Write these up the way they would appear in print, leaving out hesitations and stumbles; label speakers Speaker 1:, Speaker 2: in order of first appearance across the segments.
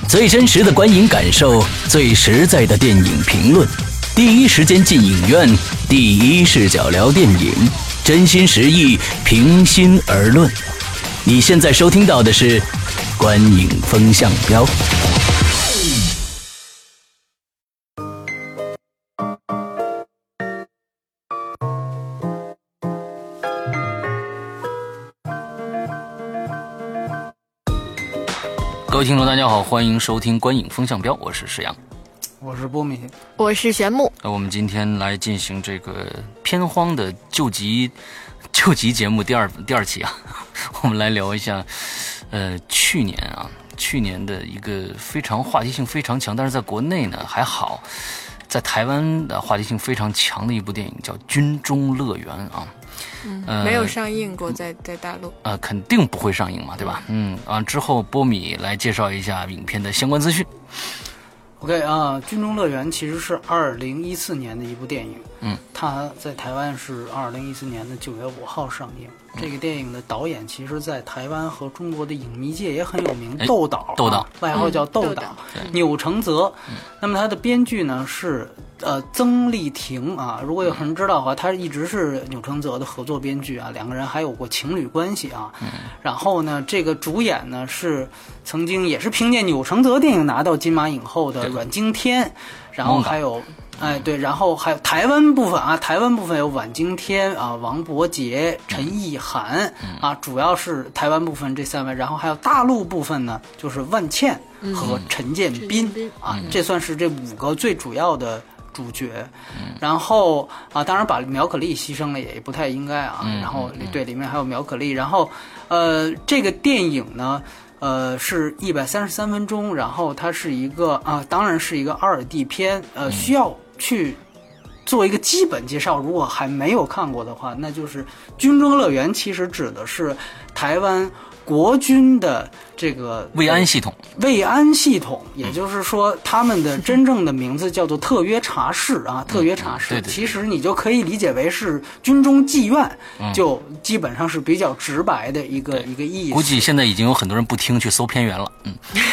Speaker 1: 最真实的观影感受，最实在的电影评论，第一时间进影院，第一视角聊电影，真心实意，平心而论。你现在收听到的是观影风向标。各位听众大家好，欢迎收听观影风向标，我是石阳，
Speaker 2: 我是波米，
Speaker 3: 我是玄木。
Speaker 1: 我们今天来进行这个片荒的救急节目第二期啊，我们来聊一下去年的一个非常话题性非常强，但是在国内呢还好，在台湾的话题性非常强的一部电影叫《军中乐园》啊。
Speaker 3: 没有上映过在大陆，
Speaker 1: 肯定不会上映嘛，对吧？之后波米来介绍一下影片的相关资讯。
Speaker 2: OK 啊，《军中乐园》其实是2014年的一部电影，它在台湾是2014年的9月5号上映。这个电影的导演其实在台湾和中国的影迷界也很有名，豆导，外号叫豆导，钮承泽。那么他的编剧呢是曾丽婷啊，如果有人知道的话，他一直是钮承泽的合作编剧啊，两个人还有过情侣关系啊。然后呢，这个主演呢是曾经也是凭借钮承泽电影拿到金马影后的阮经天，然后还有对，然后还有台湾部分有阮经天啊、王柏杰、陈意涵啊，主要是台湾部分这三位，然后还有大陆部分呢，就是万茜和陈建斌啊，这算是这5个最主要的主角。然后当然把苗可丽牺牲了也不太应该啊。然后对，里面还有苗可丽。然后这个电影呢是133分钟，然后它是一个当然是一个2D 片，需要去做一个基本介绍，如果还没有看过的话，那就是《军中乐园》其实指的是台湾国军的这个
Speaker 1: 慰安系统，
Speaker 2: 也就是说他们的真正的名字叫做特约察室啊，特约察室，其实你就可以理解为是军中妓院，就基本上是比较直白的一个意思。
Speaker 1: 估计现在已经有很多人不听去搜片源了，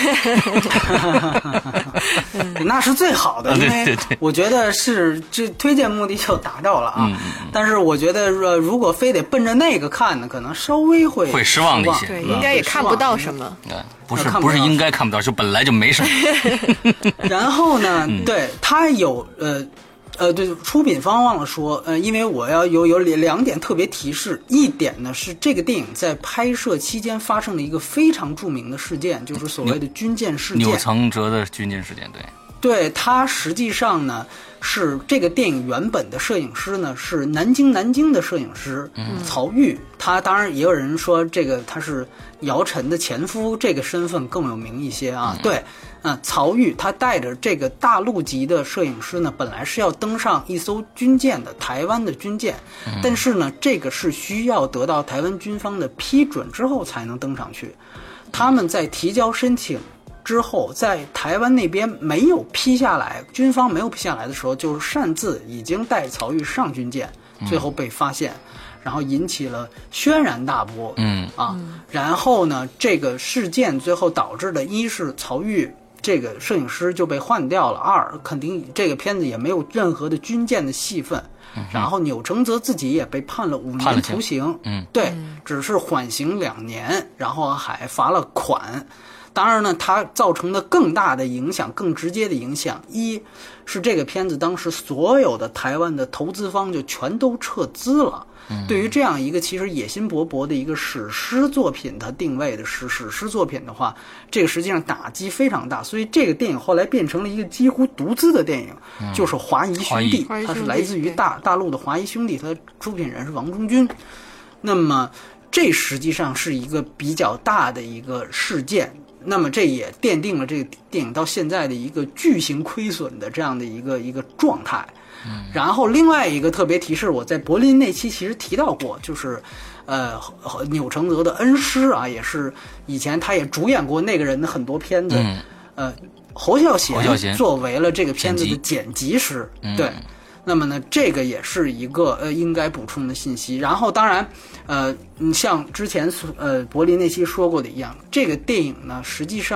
Speaker 2: 那是最好的，因为我觉得是这推荐目的就达到了啊。但是我觉得如果非得奔着那个看呢，可能稍微会
Speaker 1: 失望的一些，
Speaker 3: 对，应该也看不到什么。
Speaker 1: 不是应该看不到，是本来就没什么。
Speaker 2: 然后呢，对，它有对，出品方忘了说，因为我要有2点特别提示。一点呢是这个电影在拍摄期间发生了一个非常著名的事件，就是所谓的军舰事件。
Speaker 1: 钮承泽的军舰事件，
Speaker 2: 对，它实际上呢是这个电影原本的摄影师呢是南京的摄影师曹郁，他当然也有人说这个他是姚晨的前夫，这个身份更有名一些啊。对，曹郁他带着这个大陆级的摄影师呢，本来是要登上一艘军舰的，台湾的军舰，但是呢这个是需要得到台湾军方的批准之后才能登上去。他们在提交申请之后，在台湾那边没有批下来，军方没有批下来的时候，就是擅自已经带曹郁上军舰，最后被发现，然后引起了轩然大波。然后呢，这个事件最后导致的，一是曹郁这个摄影师就被换掉了，二肯定这个片子也没有任何的军舰的戏份。然后钮承泽自己也被判了5年徒刑，对，只是缓刑2年，然后还罚了款。当然呢，它造成的更大的影响，更直接的影响，一是这个片子当时所有的台湾的投资方就全都撤资了。对于这样一个其实野心勃勃的一个史诗作品，它定位的是史诗作品的话，这个实际上打击非常大。所以这个电影后来变成了一个几乎独资的电影，就是华谊兄弟，它是来自于大陆的华谊兄弟，它的出品人是王中军。那么这实际上是一个比较大的一个事件。那么这也奠定了这个电影到现在的一个巨型亏损的这样的一个状态。然后另外一个特别提示，我在柏林那期其实提到过，就是钮承泽的恩师啊，也是以前他也主演过那个人的很多片子，侯孝贤作为了这个片子的剪辑师，对。那么呢，这个也是一个应该补充的信息。然后当然，像之前柏林那期说过的一样，这个电影呢，实际上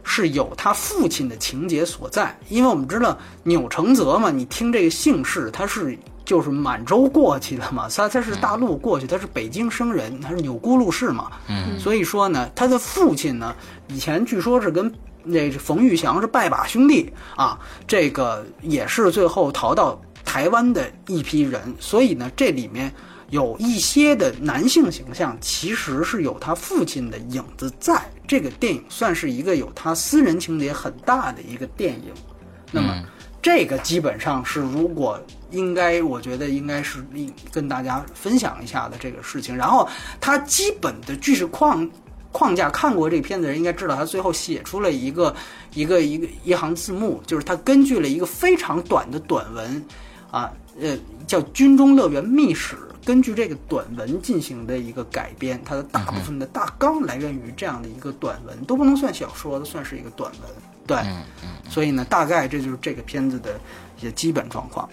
Speaker 2: 是有他父亲的情节所在，因为我们知道钮承泽嘛，你听这个姓氏，他是就是满洲过去的嘛，他是大陆过去，他是北京生人，他是钮钴禄氏嘛，所以说呢，他的父亲呢，以前据说是跟那冯玉祥是拜把兄弟啊，这个也是最后逃到台湾的一批人，所以呢，这里面有一些的男性形象其实是有他父亲的影子在，这个电影算是一个有他私人情节很大的一个电影。那么这个基本上是如果我觉得应该是跟大家分享一下的这个事情。然后他基本的句式框架，看过这个片子的人应该知道，他最后写出了一行字幕，就是他根据了一个非常短的短文啊，叫《军中乐园秘史》，根据这个短文进行的一个改编，它的大部分的大纲来源于这样的一个短文，都不能算小说，都算是一个短文。对，所以呢，大概这就是这个片子的一些基本状况。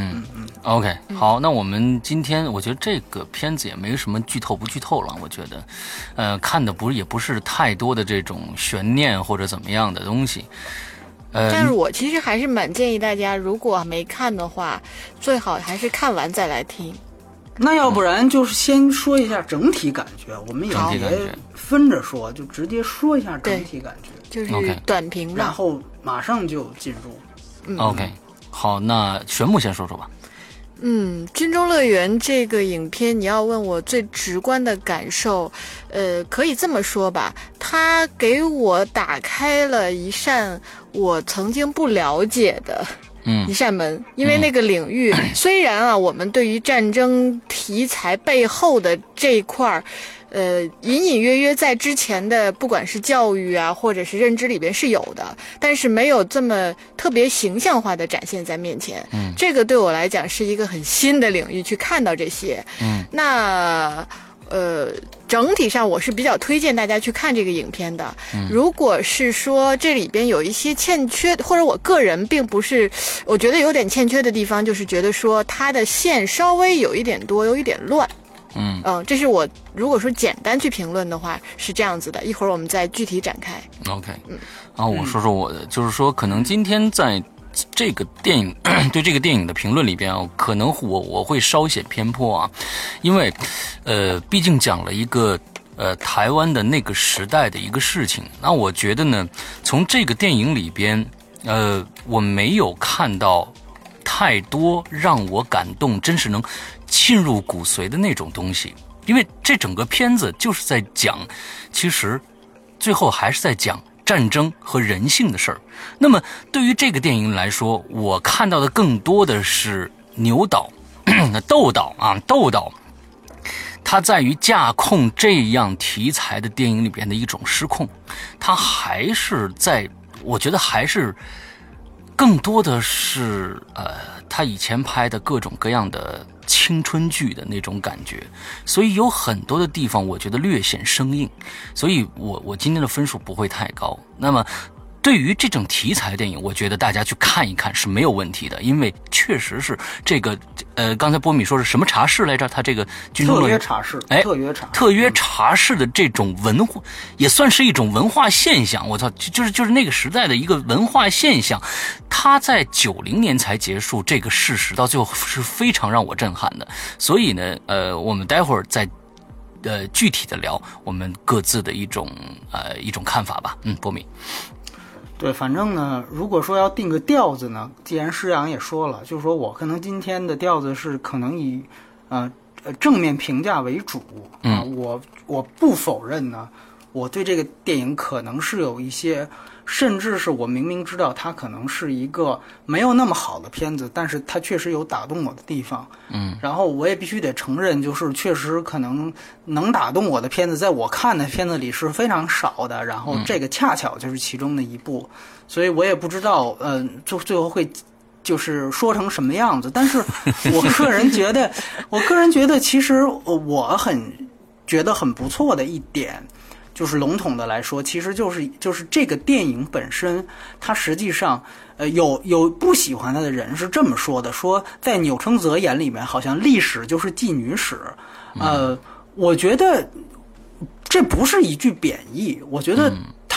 Speaker 1: OK， 好，那我们今天我觉得这个片子也没什么剧透不剧透了，我觉得，看的也不是太多的这种悬念或者怎么样的东西。
Speaker 3: 但是我其实还是蛮建议大家，如果没看的话，最好还是看完再来听。
Speaker 2: 那要不然就是先说一下整体感觉，我们也别分着说，就直接说一下整体感觉，
Speaker 3: 就是短评嘛，
Speaker 2: 然后马上就进入。
Speaker 1: OK， 好，那玄牧先说说吧。
Speaker 3: 军中乐园这个影片，你要问我最直观的感受，可以这么说吧，它给我打开了一扇我曾经不了解的一扇门。因为那个领域虽然啊，我们对于战争题材背后的这一块隐隐约约在之前的不管是教育啊或者是认知里边是有的，但是没有这么特别形象化的展现在面前。这个对我来讲是一个很新的领域，去看到这些。那整体上我是比较推荐大家去看这个影片的。如果是说这里边有一些欠缺，或者我个人并不是，我觉得有点欠缺的地方，就是觉得说它的线稍微有一点多，有一点乱。这是我如果说简单去评论的话是这样子的，一会儿我们再具体展开。
Speaker 1: OK， 然后我说说我的，就是说可能今天在这个电影对这个电影的评论里边可能我会稍显偏颇啊，因为毕竟讲了一个台湾的那个时代的一个事情。那我觉得呢，从这个电影里边我没有看到太多让我感动，真是能沁入骨髓的那种东西。因为这整个片子就是在讲，其实最后还是在讲战争和人性的事儿。那么对于这个电影来说，我看到的更多的是牛岛窦导他在于架控这样题材的电影里边的一种失控。他还是我觉得还是更多的是他以前拍的各种各样的青春剧的那种感觉，所以有很多的地方我觉得略显生硬，所以我今天的分数不会太高。那么对于这种题材电影，我觉得大家去看一看是没有问题的，因为确实是这个刚才波米说是什么茶室来着？他这个军中乐园特约茶室的这种文化，也算是一种文化现象。我操，就是那个时代的一个文化现象。他在90年才结束，这个事实到最后是非常让我震撼的。所以呢，我们待会儿再具体的聊我们各自的一种看法吧。波米。
Speaker 2: 对，反正呢，如果说要定个调子呢，既然施洋也说了，就是说我可能今天的调子是可能以正面评价为主啊。我不否认呢，我对这个电影可能是有一些，甚至是我明明知道它可能是一个没有那么好的片子，但是它确实有打动我的地方。然后我也必须得承认，就是确实可能能打动我的片子，在我看的片子里是非常少的，然后这个恰巧就是其中的一部，所以我也不知道最后会就是说成什么样子。但是我个人觉得其实我觉得很不错的一点，就是笼统的来说，其实就是这个电影本身，它实际上有不喜欢它的人是这么说的，说在钮承泽眼里面，好像历史就是妓女史。我觉得这不是一句贬义，我觉得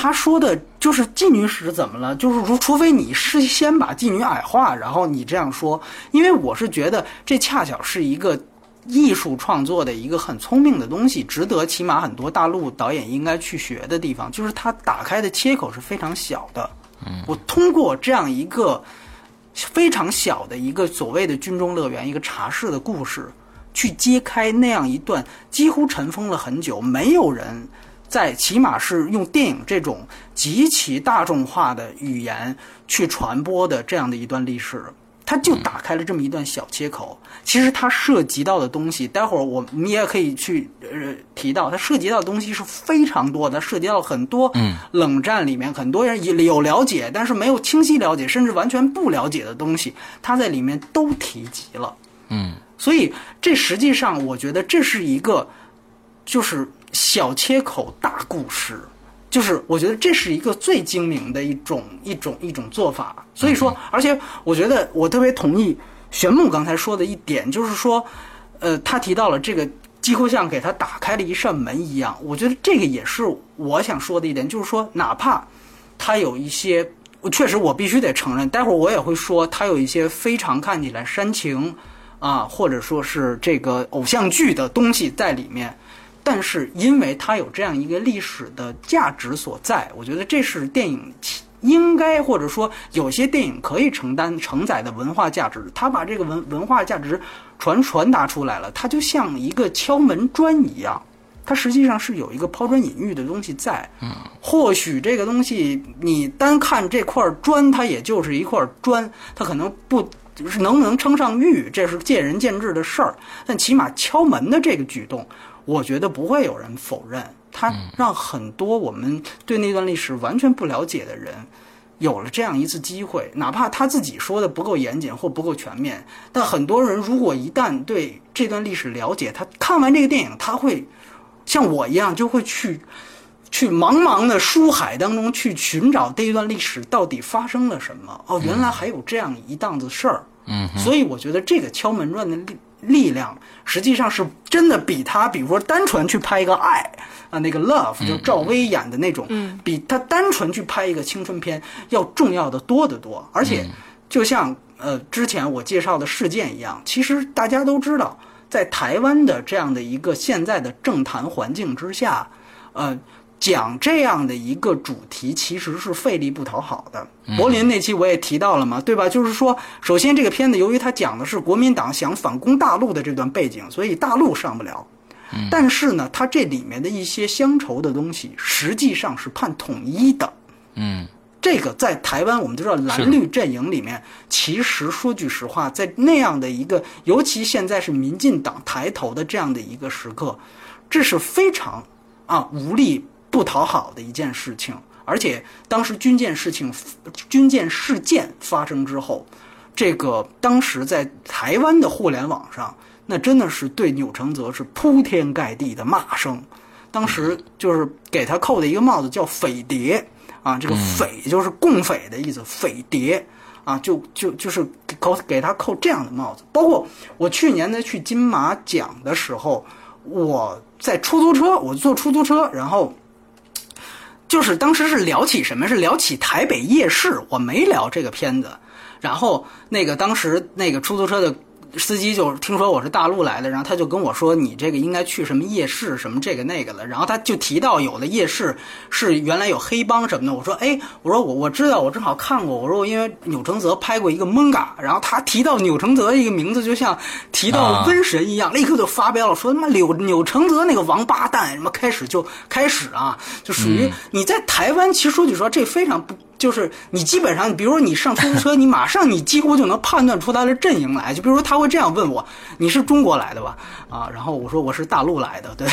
Speaker 2: 他说的就是妓女史怎么了？就是说，除非你事先把妓女矮化，然后你这样说，因为我是觉得这恰巧是一个艺术创作的一个很聪明的东西，值得起码很多大陆导演应该去学的地方，就是它打开的切口是非常小的。我通过这样一个非常小的一个所谓的军中乐园，一个茶室的故事，去揭开那样一段几乎尘封了很久，没有人在起码是用电影这种极其大众化的语言去传播的这样的一段历史，它就打开了这么一段小切口。其实它涉及到的东西，待会儿我们也可以去提到，它涉及到的东西是非常多的，涉及到很多冷战里面很多人有了解，但是没有清晰了解，甚至完全不了解的东西，它在里面都提及了。所以这实际上我觉得这是一个就是小切口大故事，就是我觉得这是一个最精明的一种做法。所以说，而且我觉得我特别同意玄牧刚才说的一点，就是说他提到了这个几乎像给他打开了一扇门一样，我觉得这个也是我想说的一点，就是说哪怕他有一些确实我必须得承认，待会儿我也会说他有一些非常看起来煽情啊，或者说是这个偶像剧的东西在里面，但是因为它有这样一个历史的价值所在，我觉得这是电影应该或者说有些电影可以承载的文化价值。它把这个文化价值传达出来了，它就像一个敲门砖一样，它实际上是有一个抛砖引玉的东西在。或许这个东西你单看这块砖，它也就是一块砖，它可能不就是能不能称上玉，这是见仁见智的事儿。但起码敲门的这个举动，我觉得不会有人否认，它让很多我们对那段历史完全不了解的人有了这样一次机会，哪怕他自己说的不够严谨或不够全面，但很多人如果一旦对这段历史了解，他看完这个电影，他会像我一样，就会去茫茫的书海当中去寻找这一段历史到底发生了什么。哦，原来还有这样一档子事儿。所以我觉得这个敲门砖的力量实际上是真的比如说单纯去拍一个爱啊，那个 Love 就赵薇演的那种，比他单纯去拍一个青春片要重要的多得多。而且就像之前我介绍的事件一样，其实大家都知道，在台湾的这样的一个现在的政坛环境之下，讲这样的一个主题其实是费力不讨好的。柏林那期我也提到了嘛，对吧？就是说，首先这个片子由于它讲的是国民党想反攻大陆的这段背景，所以大陆上不了。但是呢，它这里面的一些乡愁的东西实际上是盼统一的。这个在台湾我们都知道蓝绿阵营里面，其实说句实话，在那样的一个尤其现在是民进党抬头的这样的一个时刻，这是非常无力不讨好的一件事情。而且当时军舰事件发生之后，这个当时在台湾的互联网上，那真的是对钮承泽是铺天盖地的骂声。当时就是给他扣的一个帽子叫匪谍啊，这个匪就是共匪的意思，匪谍啊，就是给他扣这样的帽子。包括我去年去金马奖的时候，我在我坐出租车，然后就是当时是聊起什么，是聊起台北夜市，我没聊这个片子。然后当时那个出租车的司机就听说我是大陆来的，然后他就跟我说，你这个应该去什么夜市什么这个那个了。然后他就提到有的夜市是原来有黑帮什么的。我说我知道，我正好看过。我说因为钮承泽拍过一个蒙嘎，然后他提到钮承泽一个名字就像提到瘟神一样，立刻就发飙了，说他妈钮承泽那个王八蛋，什么开始就属于你在台湾。其实说句实话，这非常不。就是你基本上，比如说你上出租车，你马上你几乎就能判断出他的阵营来。就比如说他会这样问我：“你是中国来的吧？”啊，然后我说我是大陆来的，对。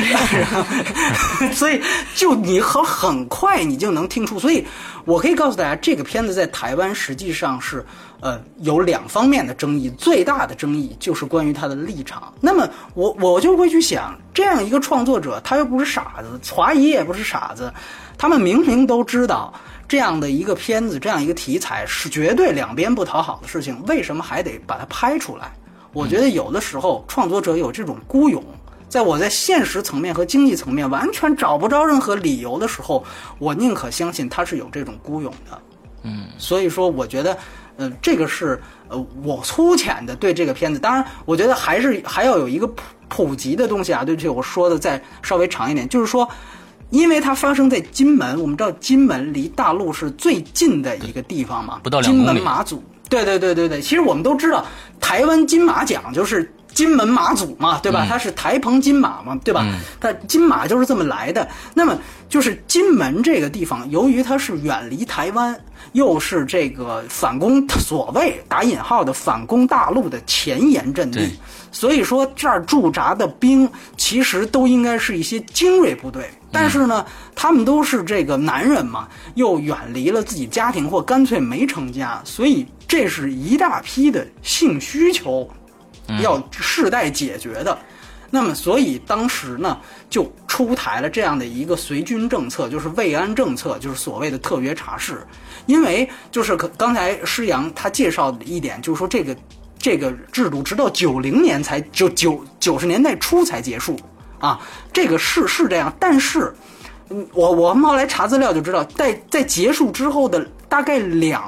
Speaker 2: 所以就你很快你就能听出。所以我可以告诉大家，这个片子在台湾实际上是有两方面的争议，最大的争议就是关于他的立场。那么我就会去想，这样一个创作者，他又不是傻子，华谊也不是傻子，他们明明都知道。这样的一个片子，这样一个题材是绝对两边不讨好的事情，为什么还得把它拍出来？我觉得有的时候创作者有这种孤勇， 在我在现实层面和经济层面完全找不着任何理由的时候，我宁可相信他是有这种孤勇的。所以说我觉得这个是我粗浅的对这个片子，当然我觉得还要有一个普及的东西啊，对这我说的再稍微长一点，就是说因为它发生在金门，我们知道金门离大陆是最近的一个地方嘛，
Speaker 1: 不到2公里。
Speaker 2: 金门马祖，对，其实我们都知道台湾金马奖就是金门马祖嘛，对吧？它是台澎金马嘛，对吧？它金马就是这么来的。那么就是金门这个地方，由于它是远离台湾，又是这个反攻所谓打引号的反攻大陆的前沿阵地，所以说这儿驻扎的兵其实都应该是一些精锐部队。但是呢，他们都是这个男人嘛，又远离了自己家庭，或干脆没成家，所以这是一大批的性需求要世代解决的。那么所以当时呢就出台了这样的一个随军政策，就是慰安政策，就是所谓的特别察事。因为就是刚才施洋他介绍的一点，就是说这个制度直到90年才90年代初才结束啊，这个是这样。但是我们后来查资料就知道，在结束之后的大概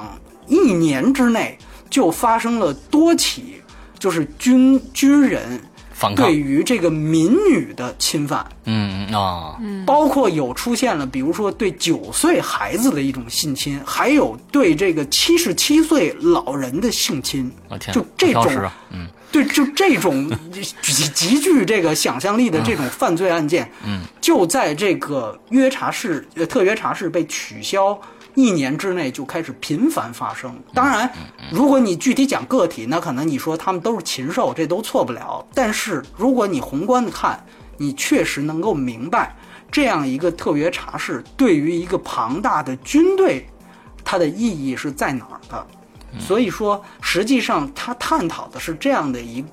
Speaker 2: 1年之内，就发生了多起就是军人对于这个民女的侵犯，包括有出现了，比如说对9岁孩子的一种性侵，还有对这个77岁老人的性侵，就这种，对，就这种极具这个想象力的这种犯罪案件，就在这个特约察事被取消1年之内就开始频繁发生。当然如果你具体讲个体，那可能你说他们都是禽兽，这都错不了。但是如果你宏观的看，你确实能够明白这样一个特别察事对于一个庞大的军队它的意义是在哪儿的。所以说实际上他探讨的是这样的一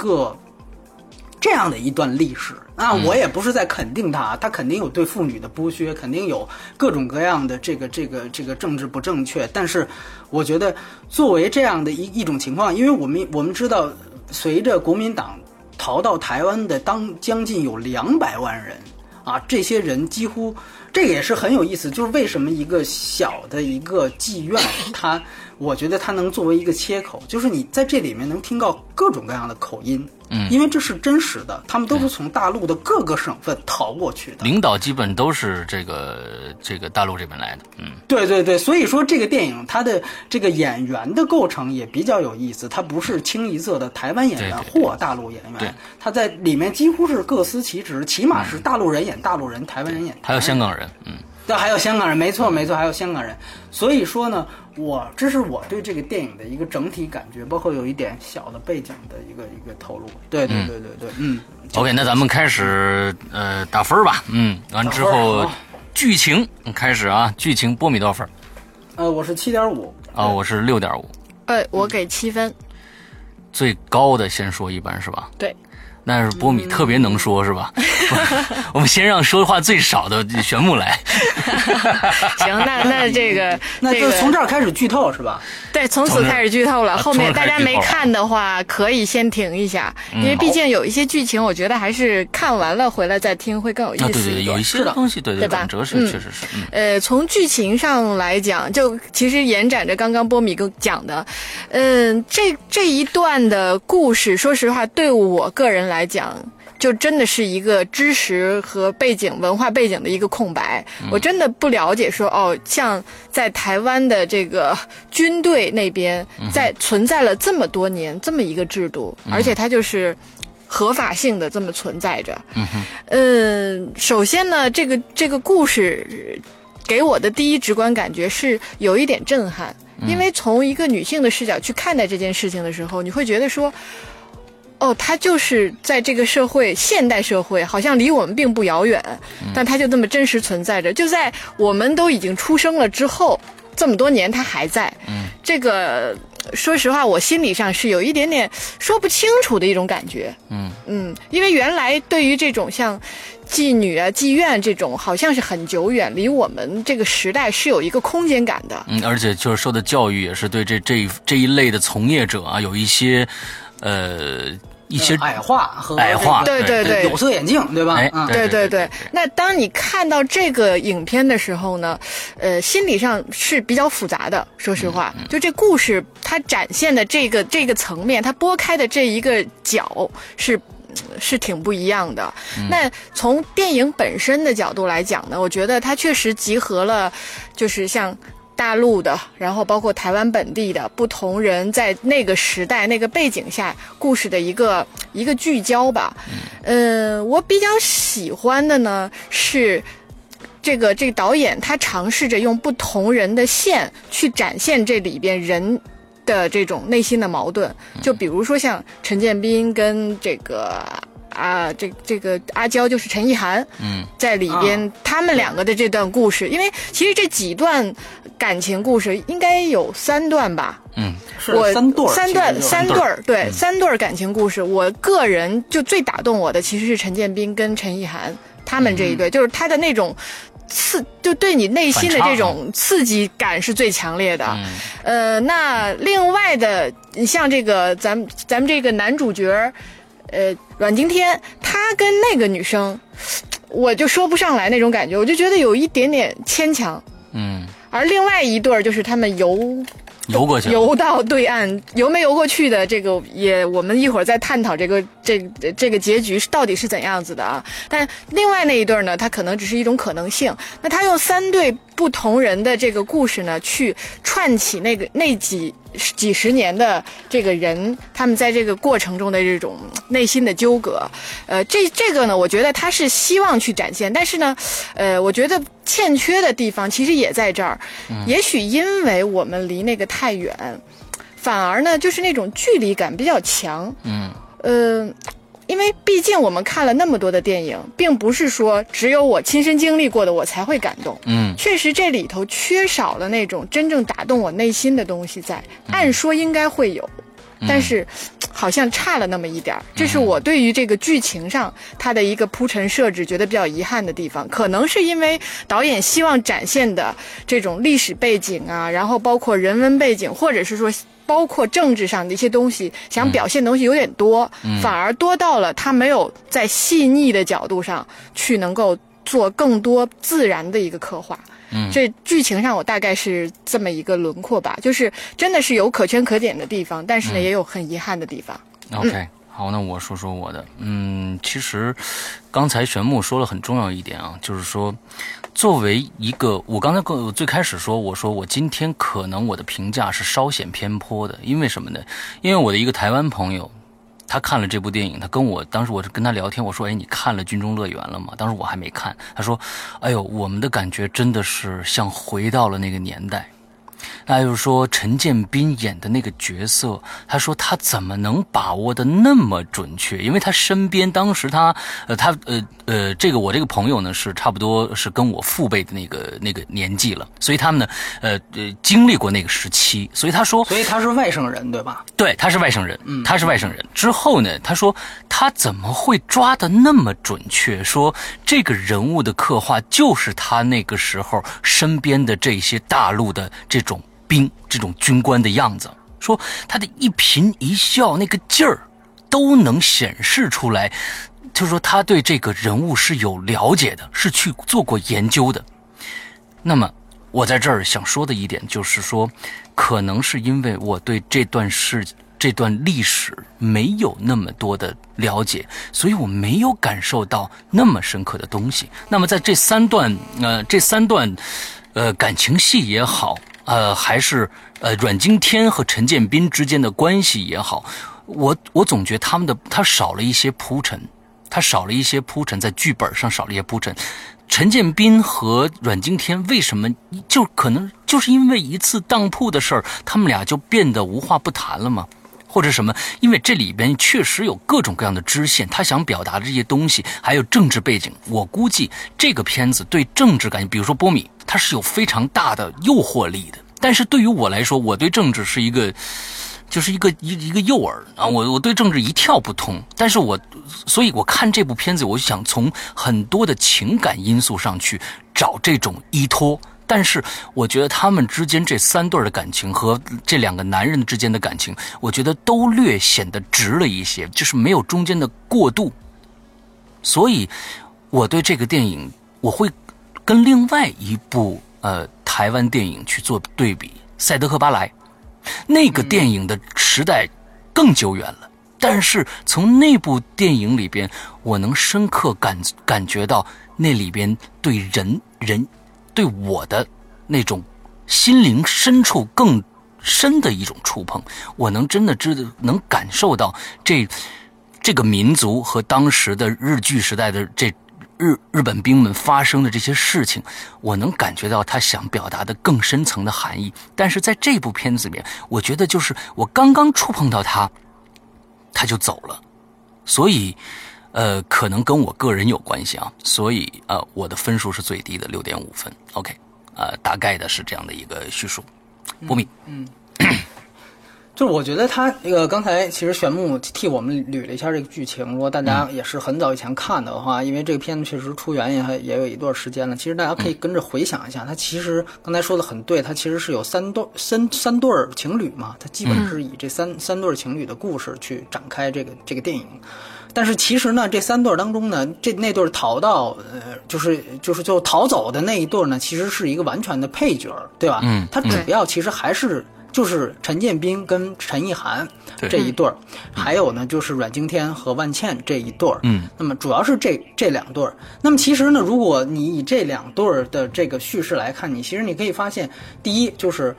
Speaker 2: 段历史。那我也不是在肯定他肯定有对妇女的剥削，肯定有各种各样的这个政治不正确。但是我觉得作为这样的一种情况，因为我们知道随着国民党逃到台湾的将近有200万人啊，这些人几乎，这也是很有意思，就是为什么一个小的一个妓院我觉得它能作为一个切口，就是你在这里面能听到各种各样的口音，因为这是真实的，他们都是从大陆的各个省份逃过去的，
Speaker 1: 领导基本都是这个大陆这边来的。
Speaker 2: 对，所以说这个电影它的这个演员的构成也比较有意思，它不是清一色的台湾演员或大陆演员，它在里面几乎是各司其职，起码是大陆人演大陆人，台湾人演台湾人，
Speaker 1: 还有香港人，
Speaker 2: 对，还有香港人，没错，还有香港人。所以说呢，这是我对这个电影的一个整体感觉，包括有一点小的背景的一个透露。对。
Speaker 1: OK， 那咱们开始打分吧。完之后剧情开始啊，剧情波米多少分？
Speaker 2: 我是7.5
Speaker 1: 啊，我是6.5。
Speaker 3: 我给7分。
Speaker 1: 最高的先说一般是吧？
Speaker 3: 对。
Speaker 1: 那是波米特别能说是吧？我们先让说话最少的玄牧来。
Speaker 3: 行，那这个
Speaker 2: 那就从这儿开始剧透是吧？
Speaker 3: 对，从此开始剧透了。后面大家没看的话，可以先停一下，因为毕竟有一些剧情，我觉得还是看完了回来再听会更有意思一点。
Speaker 1: 对，有一些东西，对
Speaker 3: 吧？
Speaker 1: 转折是确实是。
Speaker 3: 从剧情来讲，就其实延展着刚刚波米跟讲的，这一段的故事，说实话，对我个人来讲，就真的是一个知识和文化背景的一个空白。我真的不了解说像在台湾的这个军队那边存在了这么多年这么一个制度，而且它就是合法性的这么存在着。首先呢，这个故事给我的第一直观感觉是有一点震撼，因为从一个女性的视角去看待这件事情的时候，你会觉得说它就是在这个现代社会好像离我们并不遥远，但它就这么真实存在着，就在我们都已经出生了之后这么多年它还在。这个说实话我心理上是有一点点说不清楚的一种感觉。因为原来对于这种像妓女啊妓院这种好像是很久远，离我们这个时代是有一个空间感的。
Speaker 1: 而且就是受的教育也是对这一类的从业者啊有一些一些
Speaker 2: 矮化和
Speaker 1: 矮化，
Speaker 3: 对对对，
Speaker 2: 有色眼镜，对吧？
Speaker 3: 对。那当你看到这个影片的时候呢，心理上是比较复杂的。说实话，就这故事它展现的这个层面，它拨开的这一个角是挺不一样的。那从电影本身的角度来讲呢，我觉得它确实集合了，就是像大陆的，然后包括台湾本地的不同人在那个时代那个背景下故事的一个聚焦吧。我比较喜欢的呢是这个导演他尝试着用不同人的线去展现这里边人的这种内心的矛盾。就比如说像陈建斌跟这个这个阿娇，就是陈意涵，在里边他们两个的这段故事，因为其实这几段感情故事应该有3段吧，
Speaker 2: 是三对儿，
Speaker 3: 对，3对感情故事，我个人就最打动我的其实是陈建斌跟陈意涵他们这一对，就是他的那种就对你内心的这种刺激感是最强烈的。那另外的，你像这个咱们这个男主角。阮经天他跟那个女生，我就说不上来那种感觉，我就觉得有一点点牵强。而另外一对就是他们游到对岸，游没游过去的这个我们一会儿再探讨这个结局到底是怎样子的啊。但另外那一对呢，它可能只是一种可能性。那他用3对不同人的这个故事呢，去串起那几十年的这个人，他们在这个过程中的这种内心的纠葛。这个呢，我觉得他是希望去展现，但是呢，我觉得欠缺的地方其实也在这儿。也许因为我们离那个太远，反而呢就是那种距离感比较强。因为毕竟我们看了那么多的电影，并不是说只有我亲身经历过的我才会感动。确实这里头缺少了那种真正打动我内心的东西在。按说应该会有，但是好像差了那么一点。这是我对于这个剧情上它的一个铺陈设置觉得比较遗憾的地方。可能是因为导演希望展现的这种历史背景啊，然后包括人文背景，或者是说包括政治上的一些东西，想表现的东西有点多，反而多到了他没有在细腻的角度上去能够做更多自然的一个刻画。这剧情上我大概是这么一个轮廓吧，就是真的是有可圈可点的地方，但是呢也有很遗憾的地方。
Speaker 1: OK，好，那我说说我的。其实刚才玄牧说了很重要一点啊，就是说作为一个，我刚才最开始说，我说我今天可能我的评价是稍显偏颇的，因为什么呢？因为我的一个台湾朋友，他看了这部电影，他跟我当时我跟他聊天，我说，你看了《军中乐园》了吗？当时我还没看，他说，哎呦，我们的感觉真的是像回到了那个年代。那就是说陈建斌演的那个角色，他说他怎么能把握的那么准确？因为他身边当时这个我这个朋友呢是差不多是跟我父辈的那个年纪了，所以他们呢经历过那个时期，所以他说，
Speaker 2: 所以他是外省人对吧？
Speaker 1: 对，他是外省人，他是外省人。之后呢，他说他怎么会抓得那么准确？说这个人物的刻画就是他那个时候身边的这些大陆的这种兵、这种军官的样子，说他的一颦一笑那个劲儿都能显示出来，就是说他对这个人物是有了解的，是去做过研究的。那么我在这儿想说的一点就是说，可能是因为我对这段历史没有那么多的了解，所以我没有感受到那么深刻的东西。那么在这三段感情戏也好，还是阮经天和陈建斌之间的关系也好，我总觉得他少了一些铺陈，在剧本上少了一些铺陈。陈建斌和阮经天为什么就可能就是因为一次当铺的事儿，他们俩就变得无话不谈了吗？或者什么？因为这里边确实有各种各样的支线，他想表达的这些东西，还有政治背景。我估计这个片子对政治感，比如说波米，它是有非常大的诱惑力的。但是对于我来说，我对政治是一个诱饵啊，我对政治一窍不通。但是所以我看这部片子，我就想从很多的情感因素上去找这种依托。 但是我觉得他们之间这3对的感情和这2个男人之间的感情，我觉得都略显得直了一些，就是没有中间的过渡。所以我对这个电影我会跟另外一部台湾电影去做对比，赛德克巴莱。那个电影的时代更久远了，但是从那部电影里边，我能深刻感觉到那里边对人对我的那种心灵深处更深的一种触碰。我能真的能感受到这个民族和当时的日据时代的这日本兵们发生的这些事情，我能感觉到他想表达的更深层的含义。但是在这部片子里面，我觉得就是我刚刚触碰到他就走了，所以可能跟我个人有关系啊，所以我的分数是最低的6.5分。OK， 大概的是这样的一个叙述。波米，
Speaker 2: 就是我觉得他刚才其实玄牧替我们捋了一下这个剧情，如果大家也是很早以前看的话，因为这个片子确实出源也有一段时间了，其实大家可以跟着回想一下，他其实刚才说的很对，他其实是有三对情侣嘛，他基本是以这三对情侣的故事去展开这个电影。但是其实呢，这3对当中呢，那对逃到就逃走的那一对呢，其实是一个完全的配角，对吧？他主要其实还是就是陈建斌跟陈意涵这一对儿，还有呢就是阮经天和万茜这一对儿。那么主要是这2对儿。那么其实呢，如果你以这2对儿的这个叙事来看，其实你可以发现，第一就是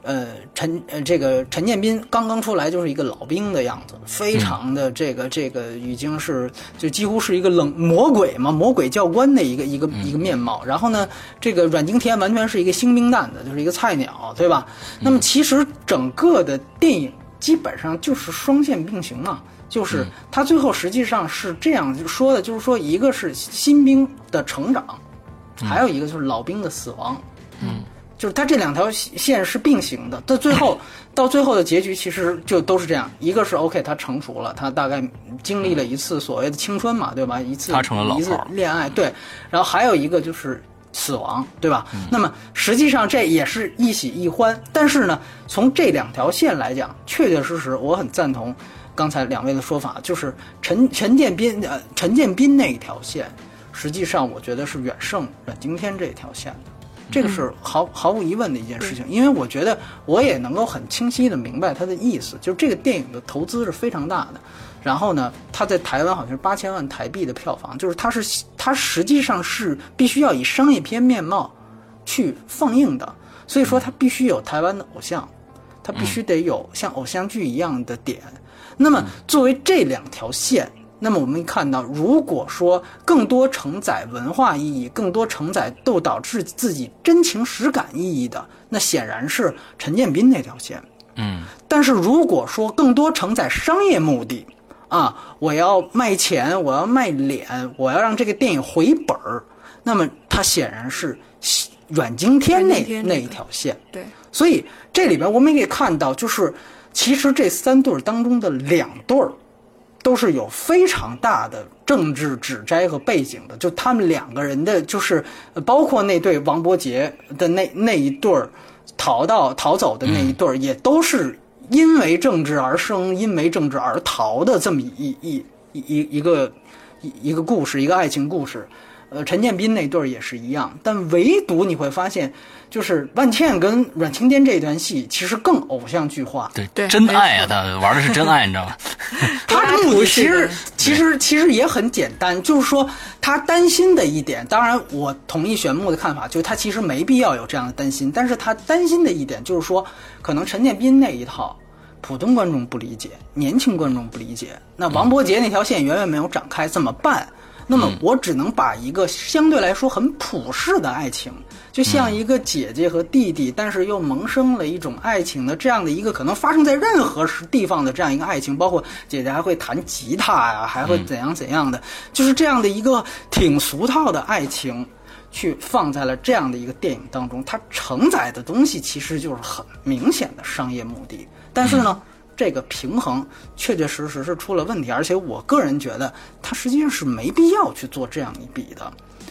Speaker 2: 陈建斌刚刚出来就是一个老兵的样子，非常的这个已经是就几乎是一个魔鬼嘛，魔鬼教官的一个面貌。然后呢，这个阮经天完全是一个新兵蛋子，就是一个菜鸟，对吧？那么其实整个的电影基本上就是双线并行嘛，就是他最后实际上是这样说的，就是说一个是新兵的成长，还有一个就是老兵的死亡。就是它这2条线是并行的，到最后的结局其实就都是这样，一个是 OK 他成熟了，他大概经历了一次所谓的青春嘛，对吧？一次恋爱，对，然后还有一个就是死亡，对吧？那么实际上这也是一喜一欢，但是呢，从这2条线来讲，确确实实我很赞同刚才2位的说法，就是陈建斌那一条线，实际上我觉得是远胜阮经天这一条线的。这个是毫无疑问的一件事情，因为我觉得我也能够很清晰的明白他的意思，就是这个电影的投资是非常大的，然后呢，他在台湾好像是8000万台币的票房，就是他实际上是必须要以商业片面貌去放映的，所以说他必须有台湾的偶像，他必须得有像偶像剧一样的点。那么作为这2条线，那么我们看到，如果说更多承载文化意义，更多承载都导致自己真情实感意义的，那显然是陈建斌那条线。但是如果说更多承载商业目的啊，我要卖钱，我要卖脸，我要让这个电影回本儿，那么它显然是阮经天那一条线。
Speaker 3: 对，
Speaker 2: 所以这里边我们也可以看到，就是其实这3对当中的2对都是有非常大的政治指摘和背景的，就他们2个人的，就是包括那对王伯杰的那一对逃走的那一对，也都是因为政治而生，因为政治而逃的这么一个故事，一个爱情故事。陈建斌那对也是一样，但唯独你会发现，就是万茜跟阮经天这段戏其实更偶像剧化。
Speaker 1: 对，真爱啊，他玩的是真爱，你知道吗？
Speaker 2: 他的目的其实也很简单，就是说他担心的一点，当然我同意玄牧的看法，就是他其实没必要有这样的担心，但是他担心的一点就是说，可能陈建斌那一套普通观众不理解，年轻观众不理解，那王伯杰那条线远远没有展开，怎么办？那么我只能把一个相对来说很普世的爱情，就像一个姐姐和弟弟，但是又萌生了一种爱情的这样的一个可能发生在任何地方的这样一个爱情，包括姐姐还会弹吉他呀，还会怎样的，就是这样的一个挺俗套的爱情，去放在了这样的一个电影当中，它承载的东西其实就是很明显的商业目的，但是呢，这个平衡确确实实是出了问题，而且我个人觉得他实际上是没必要去做这样一笔的。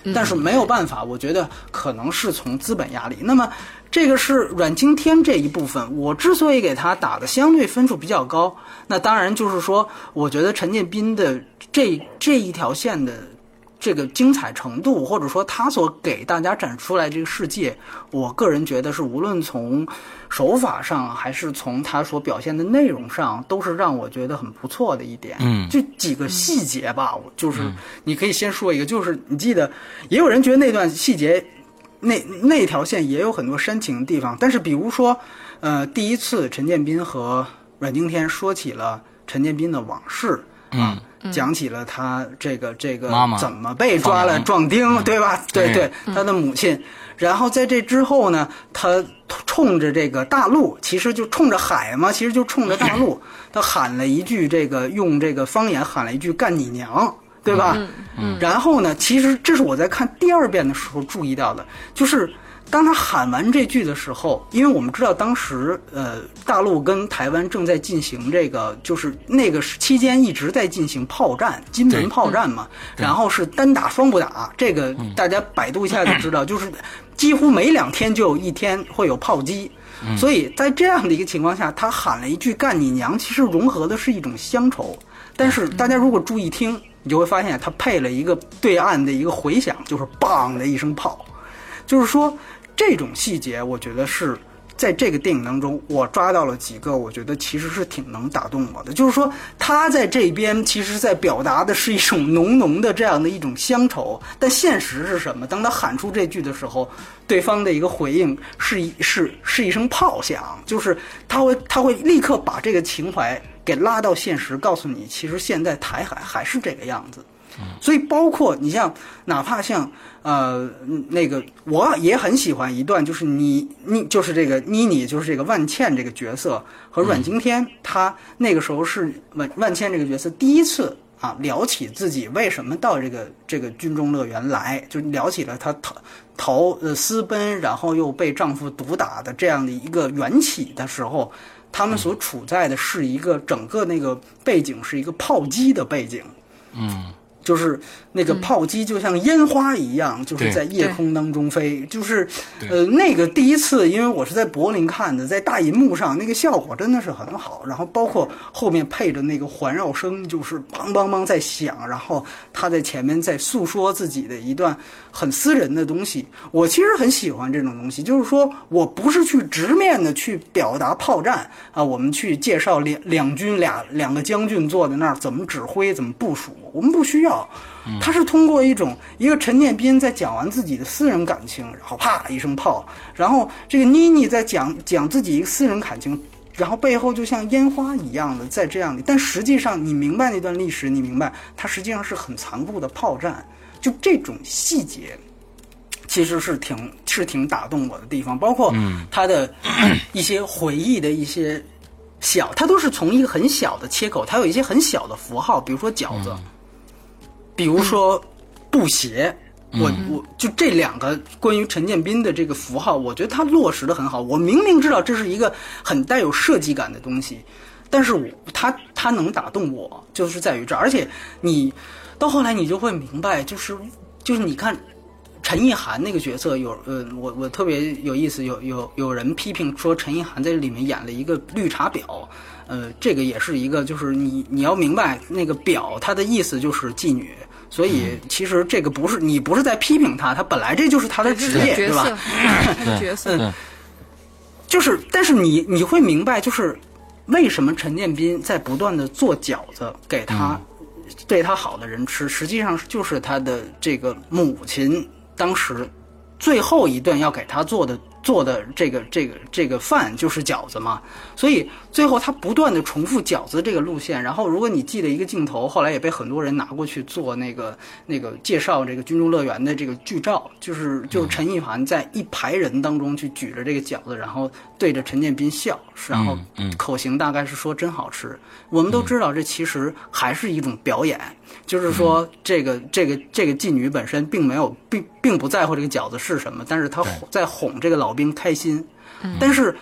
Speaker 2: 但是没有办法，我觉得可能是从资本压力。那么这个是阮经天这一部分，我之所以给他打的相对分数比较高，那当然就是说，我觉得陈建斌的这一条线的这个精彩程度，或者说他所给大家展出来这个世界，我个人觉得是无论从手法上还是从他所表现的内容上，都是让我觉得很不错的一点。就几个细节吧，就是你可以先说一个，就是你记得，也有人觉得那段细节那条线也有很多煽情的地方，但是比如说，第一次陈建斌和阮经天说起了陈建斌的往事啊。讲起了他这个
Speaker 1: 妈妈
Speaker 2: 怎么被抓了壮丁，对吧？对，他的母亲。然后在这之后呢，他冲着这个大陆，其实就冲着海嘛，其实就冲着大陆，他喊了一句用这个方言喊了一句干你娘，对吧？然后呢，其实这是我在看第二遍的时候注意到的，就是当他喊完这句的时候，因为我们知道当时大陆跟台湾正在进行这个，就是那个期间一直在进行炮战，金门炮战嘛，然后是单打双不打，这个大家百度一下就知道，就是几乎每2天就有1天会有炮击。所以在这样的一个情况下，他喊了一句干你娘，其实融合的是一种乡愁，但是大家如果注意听，你就会发现他配了一个对岸的一个回响，就是梆的一声炮。就是说这种细节我觉得是在这个电影当中我抓到了几个我觉得其实是挺能打动我的，就是说他在这边其实在表达的是一种浓浓的这样的一种乡愁，但现实是什么？当他喊出这句的时候，对方的一个回应是一声炮响，就是他会立刻把这个情怀给拉到现实，告诉你其实现在台海还是这个样子。所以包括你像哪怕像那个我也很喜欢一段，就是你就是这个妮妮，就是这个万茜这个角色和阮经天，他那个时候是万茜这个角色第一次聊起自己为什么到这个军中乐园来，就聊起了她私奔，然后又被丈夫毒打的这样的一个缘起的时候，他们所处在的是一个整个那个背景是一个炮击的背景。就是那个炮击就像烟花一样，就是在夜空当中飞，就是那个第一次，因为我是在柏林看的，在大银幕上那个效果真的是很好，然后包括后面配着那个环绕声，就是梆梆梆在响，然后他在前面在诉说自己的一段很私人的东西。我其实很喜欢这种东西，就是说我不是去直面的去表达炮战我们去介绍两军两个将军坐在那儿怎么指挥怎么部署，我们不需要。他是通过一个陈建斌在讲完自己的私人感情，然后啪一声炮，然后这个妮妮在讲自己一个私人感情，然后背后就像烟花一样的在这样的，但实际上你明白那段历史，你明白它实际上是很残酷的炮战，就这种细节其实是挺打动我的地方，包括他的一些回忆的一些它都是从一个很小的切口，它有一些很小的符号，比如说饺子，比如说布鞋，我就这2个关于陈建斌的这个符号，我觉得他落实的很好。我明明知道这是一个很带有设计感的东西，但是他能打动我，就是在于这儿。而且你到后来你就会明白，就是你看陈意涵那个角色我特别有意思，有人批评说陈意涵在这里面演了一个绿茶婊。这个也是一个，就是你要明白那个婊，它的意思就是妓女，所以其实这个你不是在批评他本来这就是他的职业，是吧？
Speaker 3: 角色，
Speaker 2: 就是，但是你会明白，就是为什么陈建斌在不断的做饺子给他对他好的人吃，实际上就是他的这个母亲当时最后一顿要给他做的这个饭就是饺子嘛，所以最后他不断的重复饺子这个路线。然后如果你记得一个镜头，后来也被很多人拿过去做那个介绍这个军中乐园的这个剧照，就是陈意涵在一排人当中去举着这个饺子，然后对着陈建斌笑，然后口型大概是说真好吃。我们都知道这其实还是一种表演，就是说这个妓女本身并不在乎这个饺子是什么，但是她在哄这个老兵开心。但是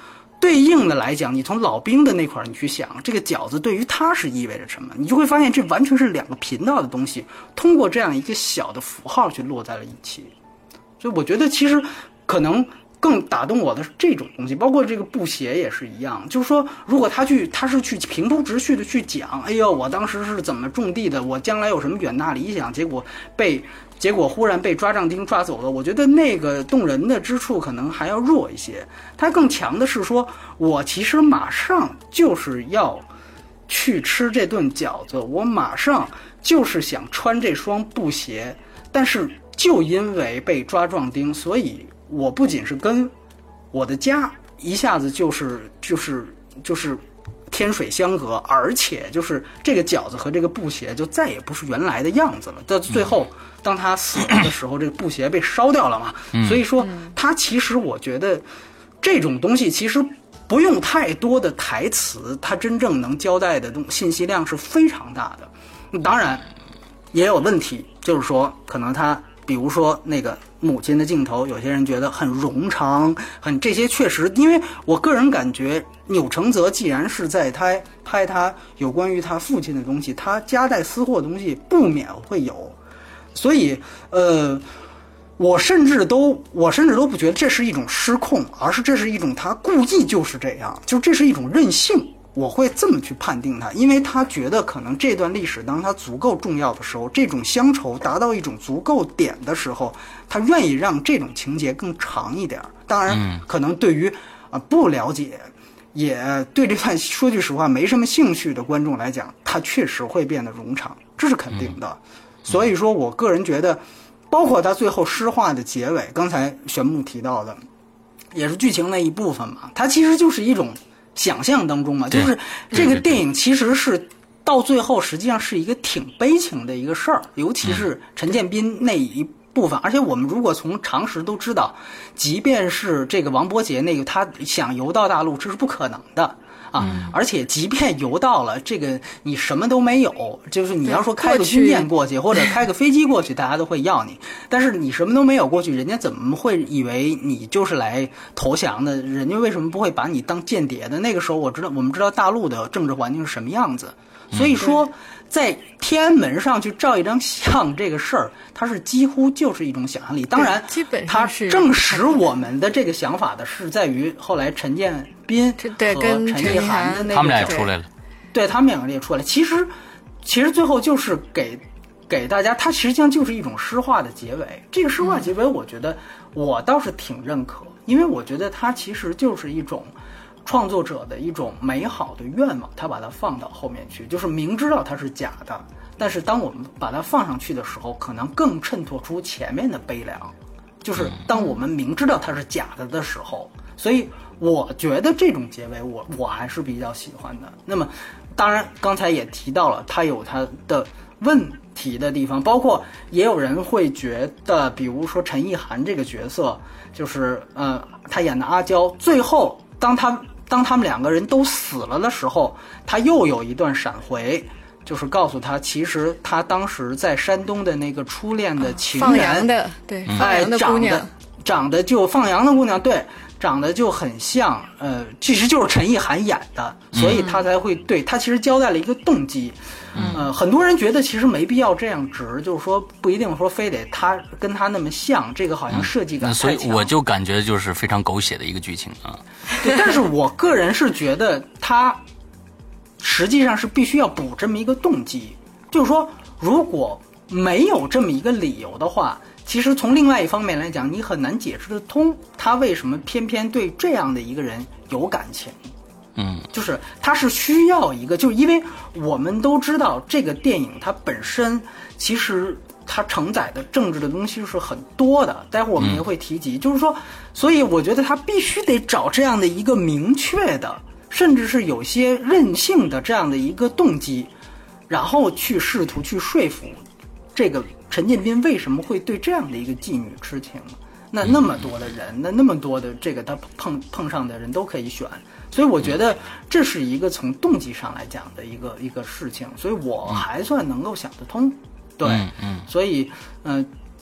Speaker 2: 对应的来讲，你从老兵的那块你去想，这个饺子对于他是意味着什么，你就会发现这完全是两个频道的东西，通过这样一个小的符号去落在了一起。所以我觉得其实可能更打动我的是这种东西，包括这个布鞋也是一样，就是说如果他是去平铺直叙的去讲，哎呦我当时是怎么种地的，我将来有什么远大理想，结果忽然被抓壮丁抓走了，我觉得那个动人的之处可能还要弱一些。他更强的是说，我其实马上就是要去吃这顿饺子，我马上就是想穿这双布鞋，但是就因为被抓壮丁，所以我不仅是跟我的家一下子就是天水相隔，而且就是这个饺子和这个布鞋就再也不是原来的样子了。到最后，当他死了的时候，这个布鞋被烧掉了嘛。所以说，他其实我觉得这种东西其实不用太多的台词，他真正能交代的信息量是非常大的。当然，也有问题，就是说可能他。比如说那个母亲的镜头，有些人觉得很冗长，这些确实，因为我个人感觉钮承泽既然是在拍他有关于他父亲的东西，他夹带私货的东西不免会有，所以我甚至都不觉得这是一种失控，而是这是一种他故意就是这样，就这是一种任性。我会这么去判定他，因为他觉得可能这段历史当他足够重要的时候，这种乡愁达到一种足够点的时候，他愿意让这种情节更长一点。当然可能对于不了解也对这段说句实话没什么兴趣的观众来讲，他确实会变得冗长，这是肯定的。所以说我个人觉得包括他最后诗化的结尾，刚才玄牧提到的也是剧情的一部分嘛，它其实就是一种想象当中嘛，就是这个电影其实是到最后实际上是一个挺悲情的一个事儿，尤其是陈建斌那一部分。而且我们如果从常识都知道，即便是这个王伯杰那个他想游到大陆，这是不可能的啊！而且即便游到了，这个你什么都没有，就是你要说开个军舰过去或者开个飞机过去，大家都会要你。但是你什么都没有过去，人家怎么会以为你就是来投降的？人家为什么不会把你当间谍的？那个时候我们知道大陆的政治环境是什么样子，所以说在天安门上去照一张相这个事儿，它是几乎就是一种想象力。当然，它证实我们的这个想法的是在于后来陈建斌和陈意涵的那个
Speaker 1: 他们俩也出来了，
Speaker 2: 对他们两个也出来。其实最后就是给大家，它实际上就是一种诗化的结尾。这个诗化结尾，我觉得我倒是挺认可，因为我觉得它其实就是一种创作者的一种美好的愿望，他把它放到后面去，就是明知道它是假的，但是当我们把它放上去的时候，可能更衬托出前面的悲凉。就是当我们明知道它是假的时候，所以我觉得这种结尾我还是比较喜欢的。那么当然刚才也提到了它有它的问题的地方，包括也有人会觉得比如说陈意涵这个角色，就是他演的阿娇，最后当他们两个人都死了的时候，他又有一段闪回，就是告诉他其实他当时在山东的那个初恋的情人，
Speaker 3: 放羊的，对，放羊的姑娘，
Speaker 2: 长得就放羊的姑娘，对，长得就很像，其实就是陈意涵演的，所以他才会对他其实交代了一个动机。很多人觉得其实没必要这样直，就是说不一定说非得他跟他那么像，这个好像设计感太强。
Speaker 1: 所以我就感觉就是非常狗血的一个剧情啊。
Speaker 2: 对，但是我个人是觉得他实际上是必须要补这么一个动机，就是说如果没有这么一个理由的话，其实从另外一方面来讲，你很难解释得通他为什么偏偏对这样的一个人有感情。就是他是需要一个，就是因为我们都知道这个电影它本身其实它承载的政治的东西是很多的，待会儿我们也会提及，就是说，所以我觉得他必须得找这样的一个明确的，甚至是有些任性的这样的一个动机，然后去试图去说服这个陈建斌为什么会对这样的一个妓女痴情。那么多的人，那么多的这个他碰上的人都可以选，所以我觉得这是一个从动机上来讲的一个事情，所以我还算能够想得通。对，所以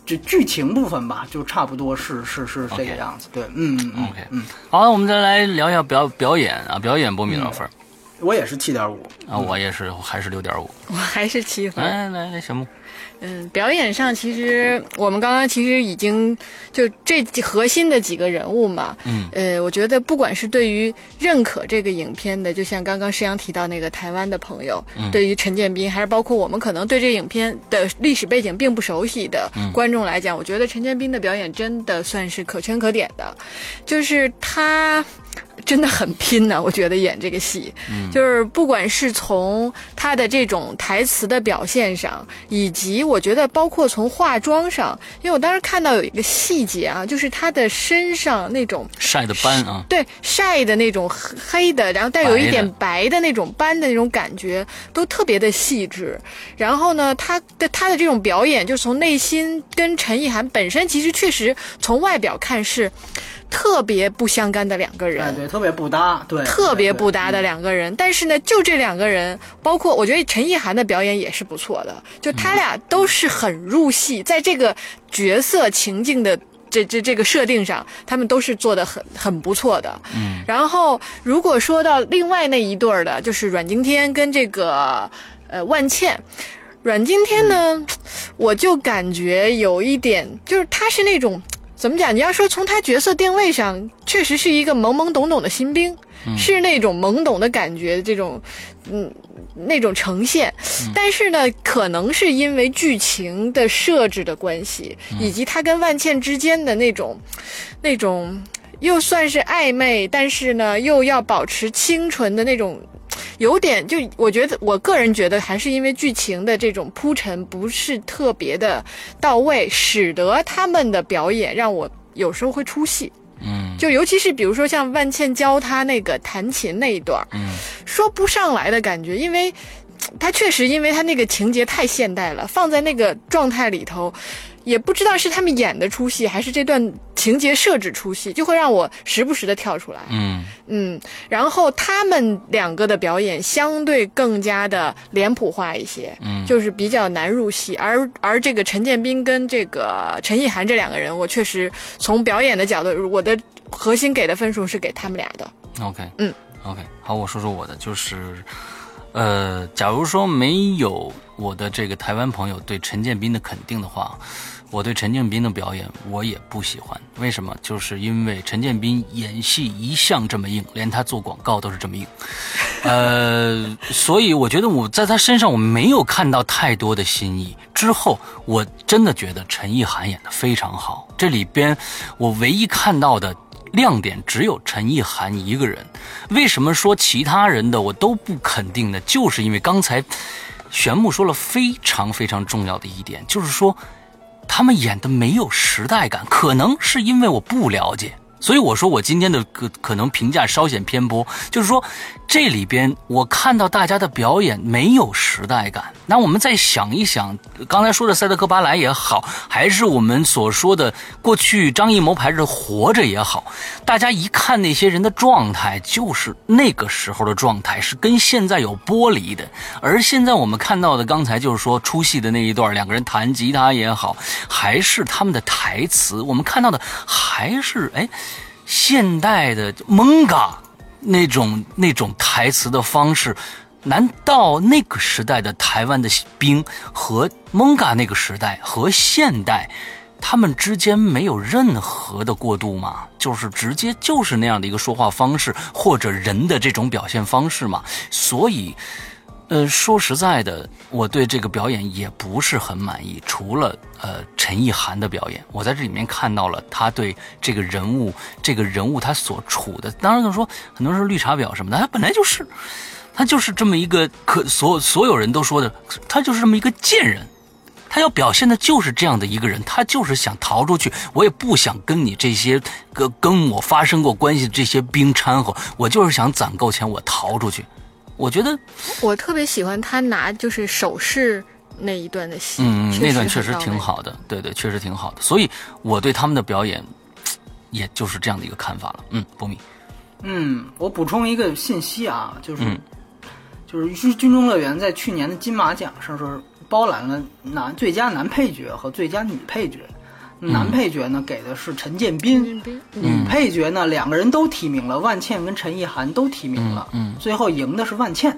Speaker 2: 就剧情部分吧，就差不多是这个样子。对
Speaker 1: ，OK， 好，我们再来聊一下表演啊，表演波米多少分？
Speaker 2: 我也是7.5
Speaker 1: 啊，我也是还是6.5，
Speaker 3: 我还是7分。
Speaker 1: 来小木。
Speaker 3: 表演上其实我们刚刚其实已经就这核心的几个人物嘛，我觉得不管是对于认可这个影片的，就像刚刚施洋提到那个台湾的朋友，对于陈建斌，还是包括我们可能对这影片的历史背景并不熟悉的观众来讲，我觉得陈建斌的表演真的算是可圈可点的，就是他真的很拼呢，我觉得演这个戏，就是不管是从他的这种台词的表现上，以及我觉得包括从化妆上，因为我当时看到有一个细节啊，就是他的身上那种
Speaker 1: 晒的斑啊，
Speaker 3: 对，晒的那种黑的，然后带有一点白的那种斑的那种感觉，都特别的细致。然后呢，他的这种表演，就是从内心跟陈意涵本身其实确实从外表看是特别不相干的两个人，
Speaker 2: 对，特别不搭，对，
Speaker 3: 特别不搭的两个人。但是呢，就这两个人，包括我觉得陈意涵的表演也是不错的，就他俩都是很入戏，在这个角色情境的这个设定上，他们都是做的很不错的。然后如果说到另外那一对的，就是阮经天跟这个万茜。阮经天呢，我就感觉有一点，就是他是那种怎么讲？你要说从他角色定位上，确实是一个懵懵懂懂的新兵，是那种懵懂的感觉，这种那种呈现。但是呢，可能是因为剧情的设置的关系，以及他跟万茜之间的那种又算是暧昧，但是呢又要保持清纯的那种。有点就我觉得我个人觉得还是因为剧情的这种铺陈不是特别的到位，使得他们的表演让我有时候会出戏。就尤其是比如说像万茜教他那个弹琴那一段，说不上来的感觉，因为他确实因为他那个情节太现代了，放在那个状态里头也不知道是他们演的出戏还是这段情节设置出戏，就会让我时不时的跳出来。然后他们两个的表演相对更加的脸谱化一些，就是比较难入戏。而这个陈建斌跟这个陈意涵这两个人，我确实从表演的角度，我的核心给的分数是给他们俩的。
Speaker 1: OK， 好，我说说我的，就是假如说没有我的这个台湾朋友对陈建斌的肯定的话，我对陈建斌的表演我也不喜欢。为什么？就是因为陈建斌演戏一向这么硬，连他做广告都是这么硬。所以我觉得我在他身上我没有看到太多的新意。之后我真的觉得陈意涵演得非常好，这里边我唯一看到的亮点只有陈意涵一个人。为什么说其他人的我都不肯定呢？就是因为刚才玄牧说了非常非常重要的一点，就是说他们演的没有时代感，可能是因为我不了解，所以我说我今天的可能评价稍显偏颇，就是说这里边我看到大家的表演没有时代感。那我们再想一想，刚才说的赛德克巴莱也好，还是我们所说的过去张艺谋拍的活着也好，大家一看那些人的状态，就是那个时候的状态是跟现在有剥离的。而现在我们看到的刚才就是说出戏的那一段，两个人弹吉他也好，还是他们的台词，我们看到的还是现代的蒙嘎那种台词的方式。难道那个时代的台湾的兵和蒙嘎那个时代和现代他们之间没有任何的过渡吗？就是直接就是那样的一个说话方式或者人的这种表现方式吗？所以说实在的，我对这个表演也不是很满意。除了陈意涵的表演，我在这里面看到了他对这个人物他所处的，当然说很多人说绿茶婊什么的，他本来就是他就是这么一个所有人都说的，他就是这么一个贱人。他要表现的就是这样的一个人，他就是想逃出去。我也不想跟你这些跟我发生过关系的这些兵掺和，我就是想攒够钱，我逃出去。我觉得我
Speaker 3: 特别喜欢他拿就是手势那一段的戏，
Speaker 1: 那段确实挺好的，对，确实挺好的。所以我对他们的表演，也就是这样的一个看法了。波米，
Speaker 2: 我补充一个信息啊，就是军中乐园在去年的金马奖上是包揽了最佳男配角和最佳女配角。 男配角呢给的是陈建斌，女配角呢两个人都提名了，万茜跟陈意涵都提名了，最后赢的是万茜。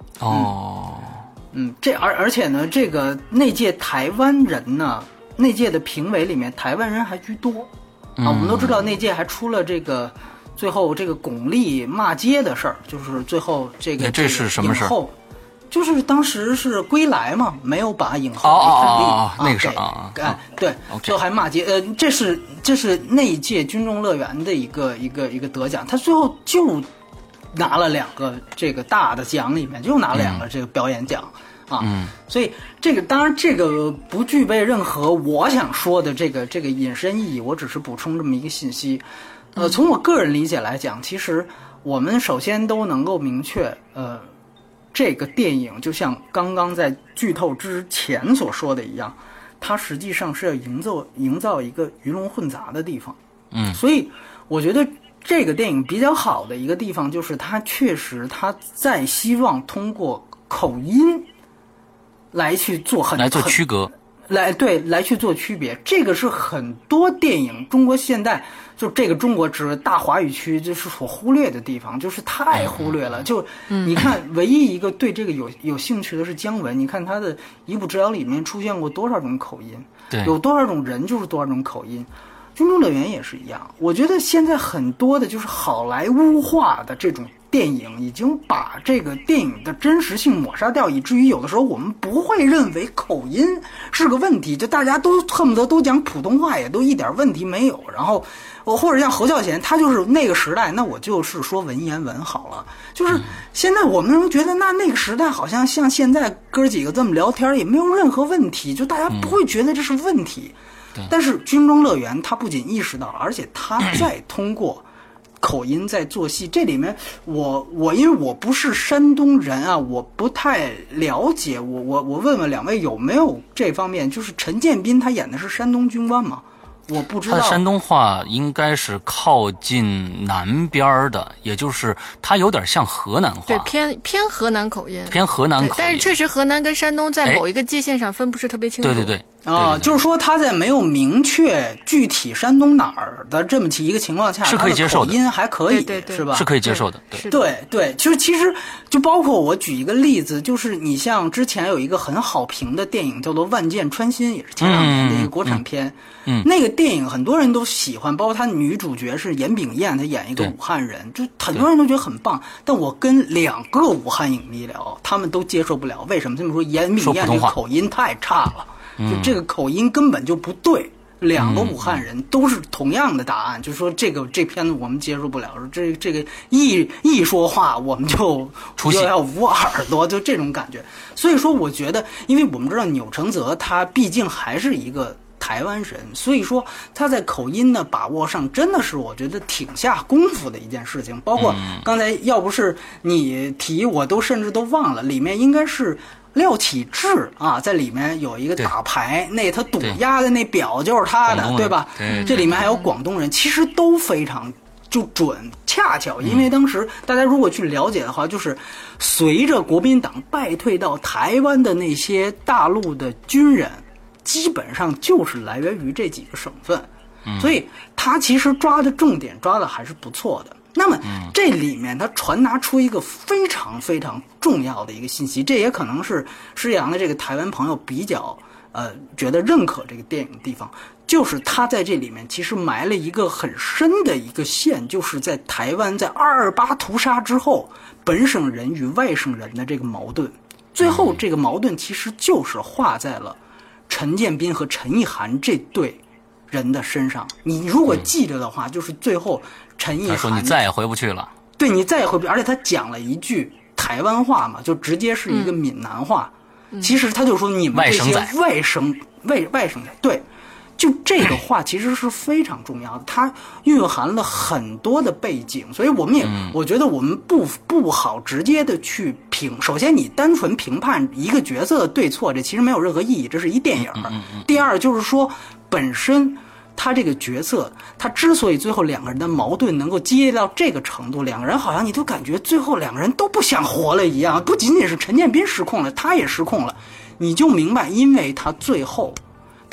Speaker 2: 而且呢，这个那届台湾人呢，那届的评委里面台湾人还居多啊。我们都知道那届还出了这个最后这个巩俐骂街的事儿，就是最后这
Speaker 1: 是什么事儿？
Speaker 2: 就是当时是归来嘛，没有把影后李凯莉
Speaker 1: 那个事啊，
Speaker 2: 对，最后还骂街。这是那一届军中乐园的一个得奖，他最后就拿了2个这个大的奖，里面就拿了2个这个表演奖啊。所以这个当然这个不具备任何我想说的这个引申意义，我只是补充这么一个信息。从我个人理解来讲，其实我们首先都能够明确，这个电影就像刚刚在剧透之前所说的一样，它实际上是要营造一个鱼龙混杂的地方。所以我觉得这个电影比较好的一个地方就是它确实它在希望通过口音来去做
Speaker 1: 区隔。
Speaker 2: 来去做区别，这个是很多电影中国现代就这个中国指大华语区就是所忽略的地方，就是太忽略了。就你看，唯一一个对这个有兴趣的是姜文，你看他的《一步之遥》里面出现过多少种口音，有多少种人就是多少种口音。军中乐园也是一样，我觉得现在很多的就是好莱坞化的这种电影已经把这个电影的真实性抹杀掉，以至于有的时候我们不会认为口音是个问题，就大家都恨不得都讲普通话，也都一点问题没有。然后或者像侯孝贤，他就是那个时代，那我就是说文言文好了。就是现在我们觉得那个时代好像现在哥几个这么聊天也没有任何问题，就大家不会觉得这是问题。但是军中乐园他不仅意识到了，而且他在通过口音在做戏。这里面我因为我不是山东人啊，我不太了解，我问问两位有没有这方面，就是陈建斌他演的是山东军官吗？我不知道。
Speaker 1: 他的山东话应该是靠近南边的，也就是他有点像河南话，
Speaker 3: 对，偏河南口音，
Speaker 1: 偏河南口音。
Speaker 3: 但是确实河南跟山东在某一个界限上分不是特别清楚。
Speaker 1: 对
Speaker 2: 就是说他在没有明确具体山东哪儿的这么一个情况下，
Speaker 1: 是可以接受的，
Speaker 2: 口音还可以，
Speaker 3: 对
Speaker 2: 是吧？
Speaker 1: 是可以接受的。
Speaker 2: 对，就是其实就包括我举一个例子，就是你像之前有一个很好评的电影叫做《万箭穿心》，也是前2年的一个国产片。那个电影很多人都喜欢，包括他女主角是严炳燕，她演一个武汉人，就很多人都觉得很棒。但我跟2个武汉影迷聊，他们都接受不了。为什么？他们说严炳燕这个口音太差了，就这个口音根本就不对。2个武汉人都是同样的答案，就是说这片子我们接受不了，这个一说话我们就要捂耳朵，就这种感觉。所以说我觉得，因为我们知道钮承泽他毕竟还是一个台湾人，所以说他在口音的把握上真的是我觉得挺下功夫的一件事情。包括刚才要不是你提，我甚至都忘了，里面应该是廖启智啊，在里面有一个打牌，那他赌压的那表就是他的，对吧？这里面还有广东人，其实都非常就准。恰巧因为当时大家如果去了解的话，就是随着国民党败退到台湾的那些大陆的军人，基本上就是来源于这几个省份，所以他其实抓的重点抓的还是不错的。那么这里面它传达出一个非常非常重要的一个信息，这也可能是施洋的这个台湾朋友比较觉得认可这个电影的地方，就是他在这里面其实埋了一个很深的一个线，就是在台湾在228屠杀之后，本省人与外省人的这个矛盾，最后这个矛盾其实就是化在了陈建斌和陈意涵这对人的身上。你如果记着的话，就是最后陈意涵
Speaker 1: 他说你再也回不去了，
Speaker 2: 对，你再也回不去，而且他讲了一句台湾话嘛，就直接是一个闽南话。其实他就说你们这些外省仔，对，就这个话其实是非常重要的，它蕴含了很多的背景，所以我们也，我觉得我们不好直接的去评。首先，你单纯评判一个角色的对错，这其实没有任何意义，这是一电影。第二就是说，本身他这个角色，他之所以最后2个人的矛盾能够激烈到这个程度，2个人好像你都感觉最后2个人都不想活了一样，不仅仅是陈建斌失控了，他也失控了，你就明白，因为他最后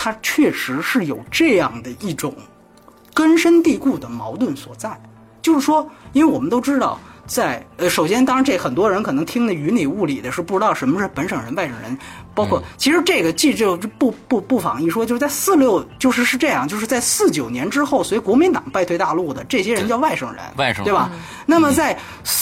Speaker 2: 它确实是有这样的一种根深蒂固的矛盾所在。就是说，因为我们都知道首先当然这很多人可能听得云里雾里的，是不知道什么是本省人外省人，包括其实这个就不妨一说，就是在46是这样，就是在49年之后随国民党败退大陆的这些人叫外省人，对吧？那么在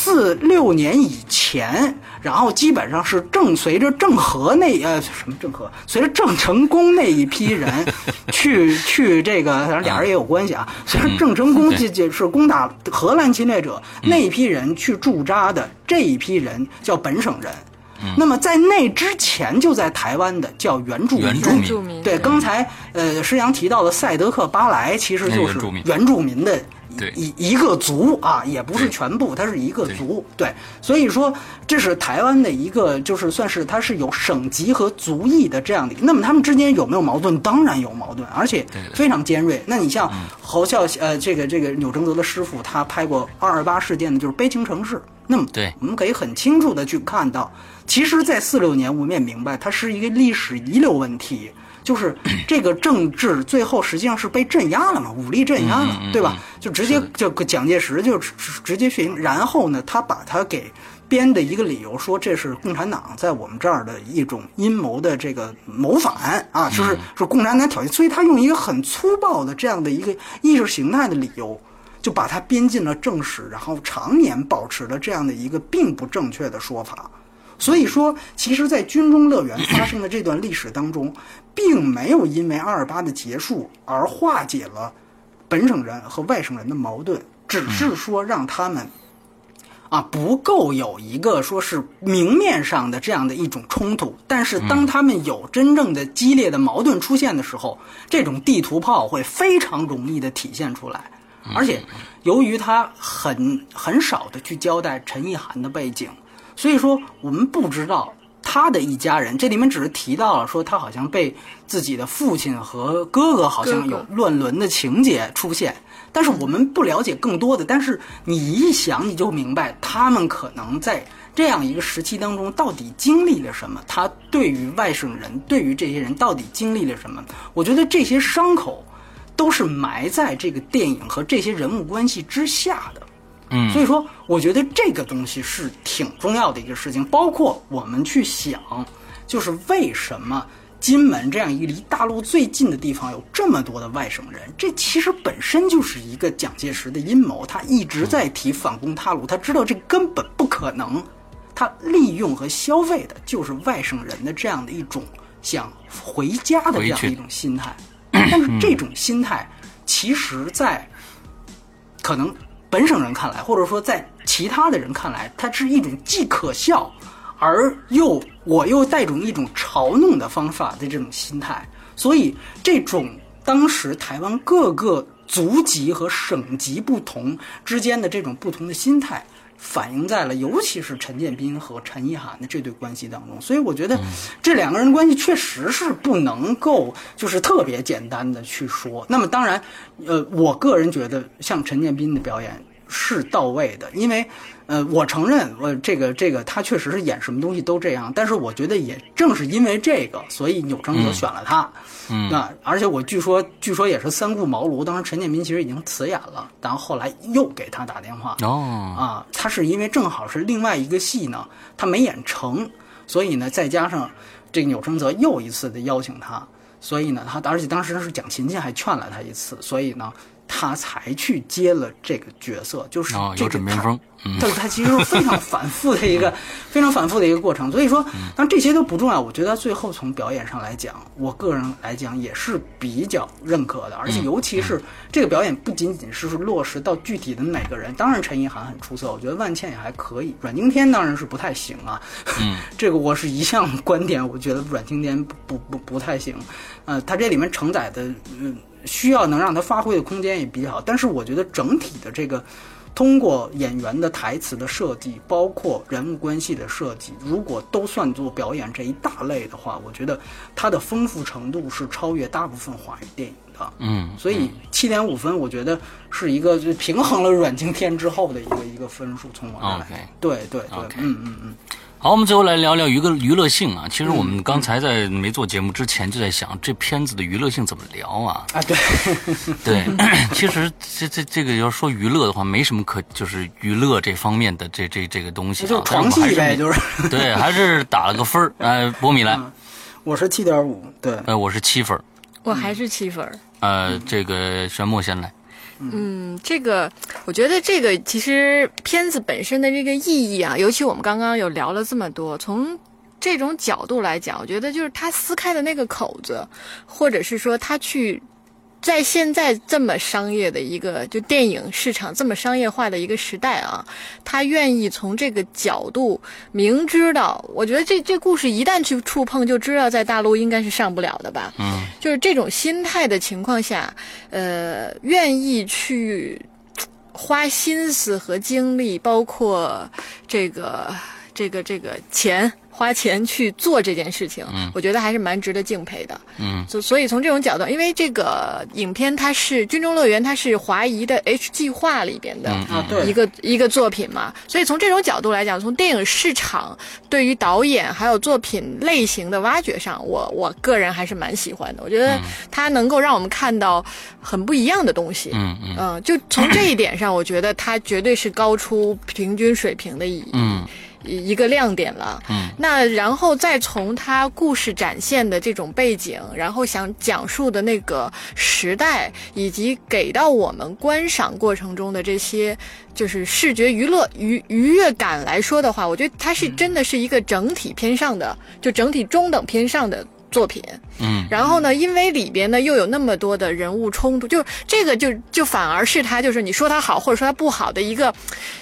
Speaker 2: 46年以前，然后基本上是随着郑和随着郑成功那一批人去这个，反正俩人也有关系啊。虽然郑成功是攻打荷兰侵略者那一批人去驻扎的，这一批人叫本省人。那么在那之前就在台湾的叫原住民。对，刚才施洋提到的赛德克巴莱其实就是原住民的一个族啊，也不是全部，它是一个族。对，所以说这是台湾的一个，就是算是它是有省级和族裔的这样的。那么他们之间有没有矛盾？当然有矛盾，而且非常尖锐。那你像侯孝这个钮承泽的师傅，他拍过228事件的就是《悲情城市》。那么我们可以很清楚的去看到，其实在46年我们也明白它是一个历史遗留问题，就是这个政治最后实际上是被镇压了嘛，武力镇压了，对吧？就直接就蒋介石就直接血腥，然后呢他把他给编的一个理由说这是共产党在我们这儿的一种阴谋的这个谋反啊，是共产党挑衅，所以他用一个很粗暴的这样的一个意识形态的理由，就把它编进了正史，然后常年保持了这样的一个并不正确的说法。所以说，其实在军中乐园发生的这段历史当中，并没有因为228的结束而化解了本省人和外省人的矛盾，只是说让他们不够有一个说是明面上的这样的一种冲突，但是当他们有真正的激烈的矛盾出现的时候，这种地图炮会非常容易的体现出来。而且由于他很少的去交代陈意涵的背景，所以说我们不知道他的一家人，这里面只是提到了说他好像被自己的父亲和哥哥好像有乱伦的情节出现，但是我们不了解更多的。但是你一想你就明白，他们可能在这样一个时期当中到底经历了什么，他对于外省人，对于这些人到底经历了什么。我觉得这些伤口都是埋在这个电影和这些人物关系之下的。所以说我觉得这个东西是挺重要的一个事情，包括我们去想，就是为什么金门这样一个离大陆最近的地方有这么多的外省人，这其实本身就是一个蒋介石的阴谋，他一直在提反攻大陆，他知道这根本不可能，他利用和消费的就是外省人的这样的一种想回家的这样的一种心态。但是这种心态其实在可能本省人看来，或者说在其他的人看来，它是一种既可笑而我又带种一种嘲弄的方法的这种心态。所以这种当时台湾各个族级和省级不同之间的这种不同的心态，反映在了尤其是陈建斌和陈意涵的这对关系当中。所以我觉得这两个人关系确实是不能够就是特别简单的去说。那么当然我个人觉得像陈建斌的表演是到位的，因为我承认这个他确实是演什么东西都这样，但是我觉得也正是因为这个，所以钮承泽选了他。而且我据说也是三顾茅庐，当时陈建斌其实已经辞演了，然后后来又给他打电话。他是因为正好是另外一个戏呢他没演成，所以呢再加上这个钮承泽又一次的邀请他，所以呢而且当时是蒋勤勤还劝了他一次，所以呢他才去接了这个角色，就是
Speaker 1: 有枕边风。
Speaker 2: 但是他其实是非常反复的一个过程。所以说当这些都不重要，我觉得最后从表演上来讲，我个人来讲也是比较认可的。而且尤其是这个表演不仅仅是落实到具体的每个人，当然陈意涵很出色，我觉得万茜也还可以，阮经天当然是不太行啊。这个我是一向观点，我觉得阮经天不太行。他这里面承载的需要能让他发挥的空间也比较好，但是我觉得整体的这个通过演员的台词的设计，包括人物关系的设计，如果都算作表演这一大类的话，我觉得它的丰富程度是超越大部分华语电影的。所以7.5分我觉得是一个就平衡了阮经天之后的一个分数，从我来。对。
Speaker 1: 好，我们最后来聊聊娱乐性啊。其实我们刚才在没做节目之前就在想，这片子的娱乐性怎么聊啊？
Speaker 2: 啊，对，
Speaker 1: 对，其实这个要说娱乐的话，没什么就是娱乐这方面的这个东西啊，
Speaker 2: 就是床戏呗，就是
Speaker 1: 对，还是打了个分儿。波米来，
Speaker 2: 我是7.5，对，
Speaker 1: 我是7分，
Speaker 3: 我还是7分。
Speaker 1: 这个玄墨先来。
Speaker 3: 这个我觉得这个其实片子本身的这个意义啊，尤其我们刚刚有聊了这么多，从这种角度来讲，我觉得就是他撕开的那个口子，或者是说他去在现在这么商业的一个就电影市场这么商业化的一个时代啊，他愿意从这个角度明知道，我觉得这故事一旦去触碰，就知道在大陆应该是上不了的吧。就是这种心态的情况下，愿意去花心思和精力，包括这个钱。花钱去做这件事情，我觉得还是蛮值得敬佩的。所以从这种角度，因为这个影片它是《军中乐园》，它是华谊的 H 计划里边的一个作品嘛，所以从这种角度来讲，从电影市场对于导演还有作品类型的挖掘上，我个人还是蛮喜欢的。我觉得它能够让我们看到很不一样的东西。就从这一点上，我觉得它绝对是高出平均水平的一个亮点了。那然后再从他故事展现的这种背景，然后想讲述的那个时代，以及给到我们观赏过程中的这些就是视觉娱乐愉悦感来说的话，我觉得它是真的是一个整体偏上的，就整体中等偏上的作品。然后呢，因为里边呢又有那么多的人物冲突，就这个就反而是他就是你说他好或者说他不好的一个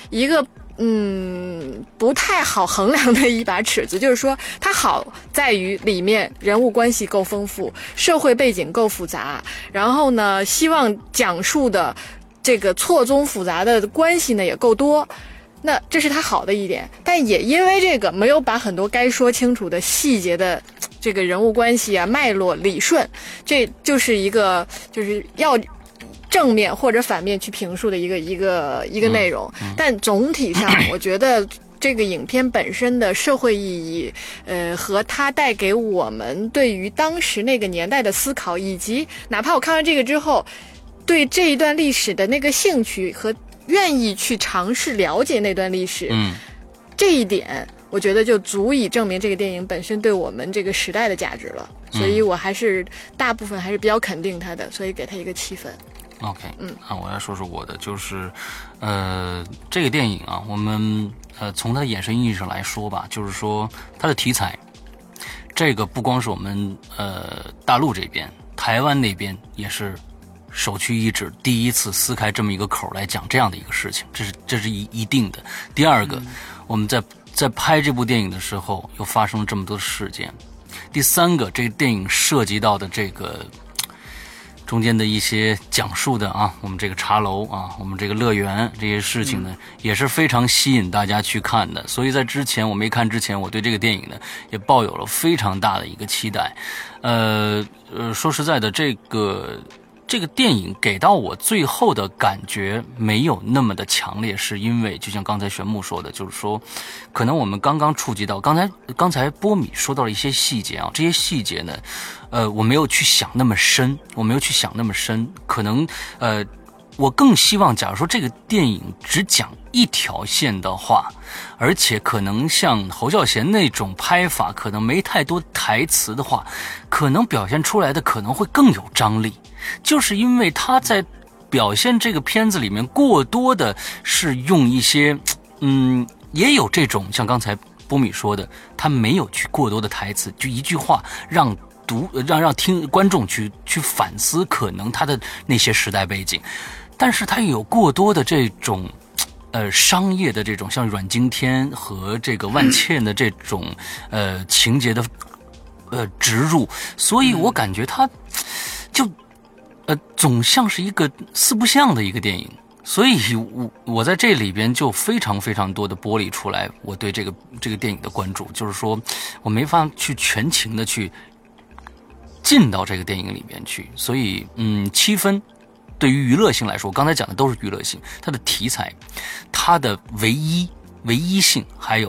Speaker 3: 不太好衡量的一把尺子。就是说它好在于里面人物关系够丰富，社会背景够复杂，然后呢希望讲述的这个错综复杂的关系呢也够多，那这是它好的一点。但也因为这个没有把很多该说清楚的细节的这个人物关系啊脉络理顺，这就是一个就是要正面或者反面去评述的一个内容。但总体上我觉得这个影片本身的社会意义和它带给我们对于当时那个年代的思考，以及哪怕我看完这个之后对这一段历史的那个兴趣和愿意去尝试了解那段历史，这一点我觉得就足以证明这个电影本身对我们这个时代的价值了。所以我还是大部分还是比较肯定它的，所以给它一个7分。
Speaker 1: OK， 我来说说我的，就是这个电影啊，我们从它的衍生意义上来说吧，就是说它的题材，这个不光是我们大陆这边，台湾那边也是首屈一指，第一次撕开这么一个口来讲这样的一个事情，这是一定的。第二个，我们在拍这部电影的时候，又发生了这么多的事件。第三个，这个电影涉及到的这个中间的一些讲述的啊，我们这个茶楼啊，我们这个乐园这些事情呢，也是非常吸引大家去看的。所以在之前我没看之前，我对这个电影呢也抱有了非常大的一个期待。说实在的，这个电影给到我最后的感觉没有那么的强烈，是因为就像刚才玄木说的，就是说可能我们刚刚触及到刚才波米说到了一些细节啊，这些细节呢我没有去想那么深，可能我更希望假如说这个电影只讲一条线的话，而且可能像侯孝贤那种拍法，可能没太多台词的话，可能表现出来的可能会更有张力。就是因为他在表现这个片子里面过多的是用一些也有这种像刚才波米说的，他没有去过多的台词，就一句话让听观众去反思可能他的那些时代背景，但是他有过多的这种商业的这种像阮经天和这个万茜的这种情节的植入，所以我感觉他就总像是一个四不像的一个电影。所以我在这里边就非常非常多的剥离出来我对这个电影的关注，就是说我没法去全情的去进到这个电影里面去。所以7分对于娱乐性来说，我刚才讲的都是娱乐性，它的题材，它的唯一性，还有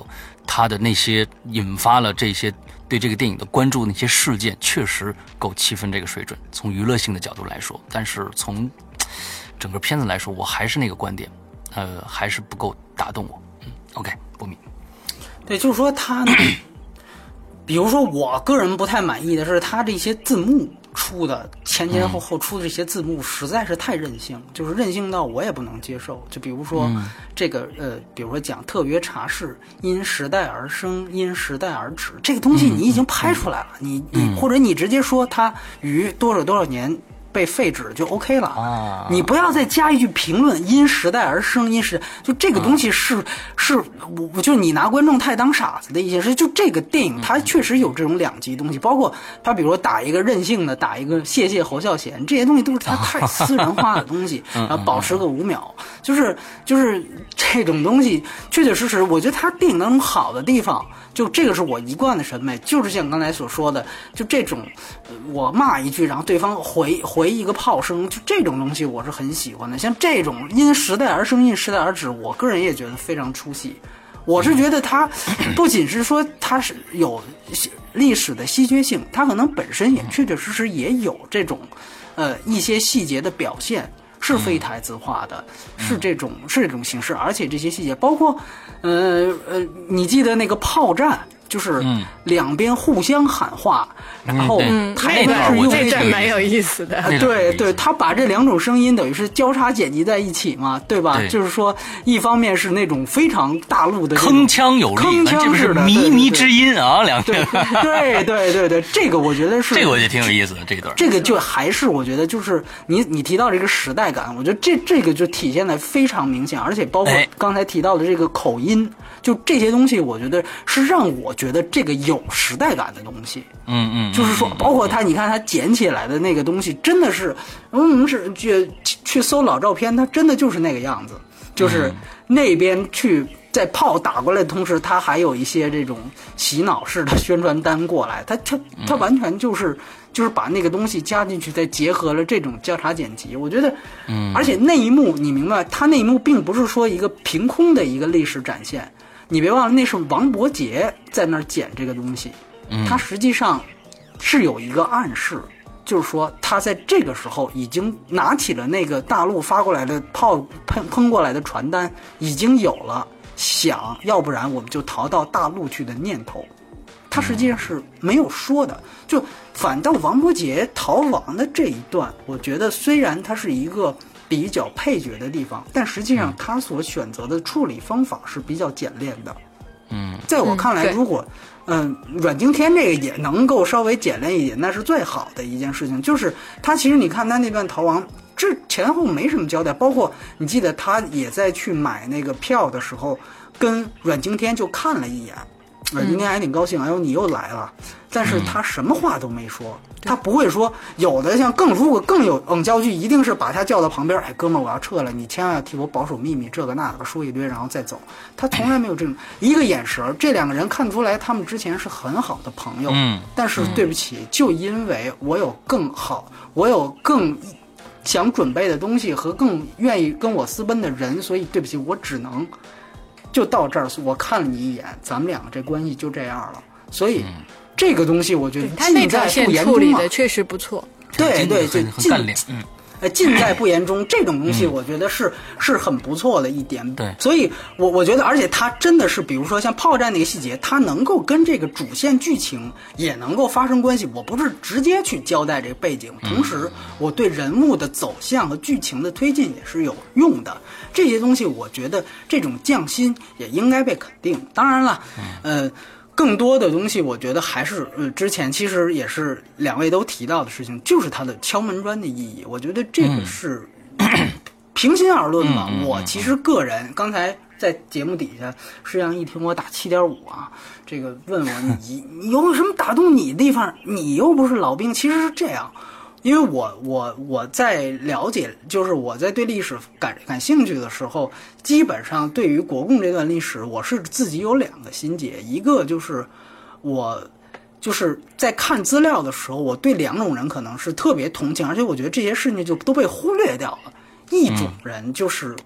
Speaker 1: 他的那些引发了这些对这个电影的关注的那些事件，确实够7分这个水准，从娱乐性的角度来说。但是从整个片子来说，我还是那个观点，还是不够打动我。OK， 波米。
Speaker 2: 对，就是说他呢，比如说我个人不太满意的是他这些字幕出的前后出的这些字幕实在是太任性，就是任性到我也不能接受。就比如说这个比如说讲特别茶室因时代而生，因时代而止，这个东西你已经拍出来了，你或者你直接说它于多少年被废止就 OK 了啊！你不要再加一句评论，因时代而生，就这个东西是我就你拿观众太当傻子的一些事。就这个电影它确实有这种两极东西，包括他比如说打一个任性的，打一个谢侯孝贤，这些东西都是他太私人化的东西，然后保持个5秒，就是这种东西确确实实，我觉得他电影当中好的地方。就这个是我一贯的审美，就是像刚才所说的，就这种，我骂一句，然后对方回一个炮声，就这种东西我是很喜欢的。像这种因时代而生，因时代而止，我个人也觉得非常出戏。我是觉得它不仅是说它是有历史的稀缺性，它可能本身也确确实实也有这种一些细节的表现。是非台词化的，是这种形式，而且这些细节包括，你记得那个炮战，就是两边互相喊话，然后台湾是用
Speaker 3: 这段蛮有意思的，
Speaker 2: 对，他把这两种声音等于是交叉剪辑在一起嘛，对吧？就是说，一方面是那种非常大陆的
Speaker 1: 铿锵有力，
Speaker 2: 铿锵式的
Speaker 1: 靡靡之音啊，两个
Speaker 2: 对，这个我觉得是，
Speaker 1: 这个我觉得挺有意思的这一段，
Speaker 2: 这个就还是我觉得就是你提到这个时代感，我觉得这个就体现的非常明显，而且包括刚才提到的这个口音，就这些东西，我觉得是让我觉得这个有时代感的东西。就是说，包括你看他捡起来的那个东西，真的是，是去搜老照片，它真的就是那个样子，就是那边去。在炮打过来的同时，他还有一些这种洗脑式的宣传单过来，他完全就是把那个东西加进去，再结合了这种交叉剪辑。我觉得，而且那一幕你明白，他那一幕并不是说一个凭空的一个历史展现，你别忘了那是王伯杰在那儿剪这个东西，他实际上是有一个暗示。就是说，他在这个时候已经拿起了那个大陆发过来的炮喷过来的传单，已经有了想要不然我们就逃到大陆去的念头。他实际上是没有说的，就反倒王伯杰逃亡的这一段，我觉得虽然它是一个比较配角的地方，但实际上他所选择的处理方法是比较简练的。在我看来，如果阮经天这个也能够稍微简练一点，那是最好的一件事情。就是他其实你看他那段逃亡，这前后没什么交代，包括你记得他也在去买那个票的时候，跟阮经天就看了一眼，阮经天还挺高兴，哎呦你又来了，但是他什么话都没说。他不会说，有的像如果更有教具，一定是把他叫到旁边，哎，哥们儿，我要撤了，你千万要替我保守秘密，这个那个说一堆，然后再走。他从来没有这种一个眼神，这两个人看出来他们之前是很好的朋友，但是对不起，就因为我有更好，我有更想准备的东西和更愿意跟我私奔的人，所以对不起，我只能就到这儿。我看了你一眼，咱们两个这关系就这样了，所以。这个东西我觉得尽在不言中
Speaker 3: 处理的确实不错，
Speaker 2: 对，尽在不言中，这种东西我觉得是很不错的一点。
Speaker 1: 对，
Speaker 2: 所以我觉得，而且它真的是，比如说像炮战那个细节，它能够跟这个主线剧情也能够发生关系。我不是直接去交代这个背景，同时我对人物的走向和剧情的推进也是有用的。这些东西，我觉得这种匠心也应该被肯定。当然了，更多的东西，我觉得还是之前其实也是两位都提到的事情，就是它的敲门砖的意义。我觉得这个是平心而论吧。我其实个人刚才在节目底下，实际上一听我打7.5啊，这个问我你有什么打动你的地方？你又不是老兵，其实是这样。因为我在了解，就是我在对历史感兴趣的时候，基本上对于国共这段历史，我是自己有2个心结，一个就是我就是在看资料的时候，我对2种人可能是特别同情，而且我觉得这些事情就都被忽略掉了。一种人就是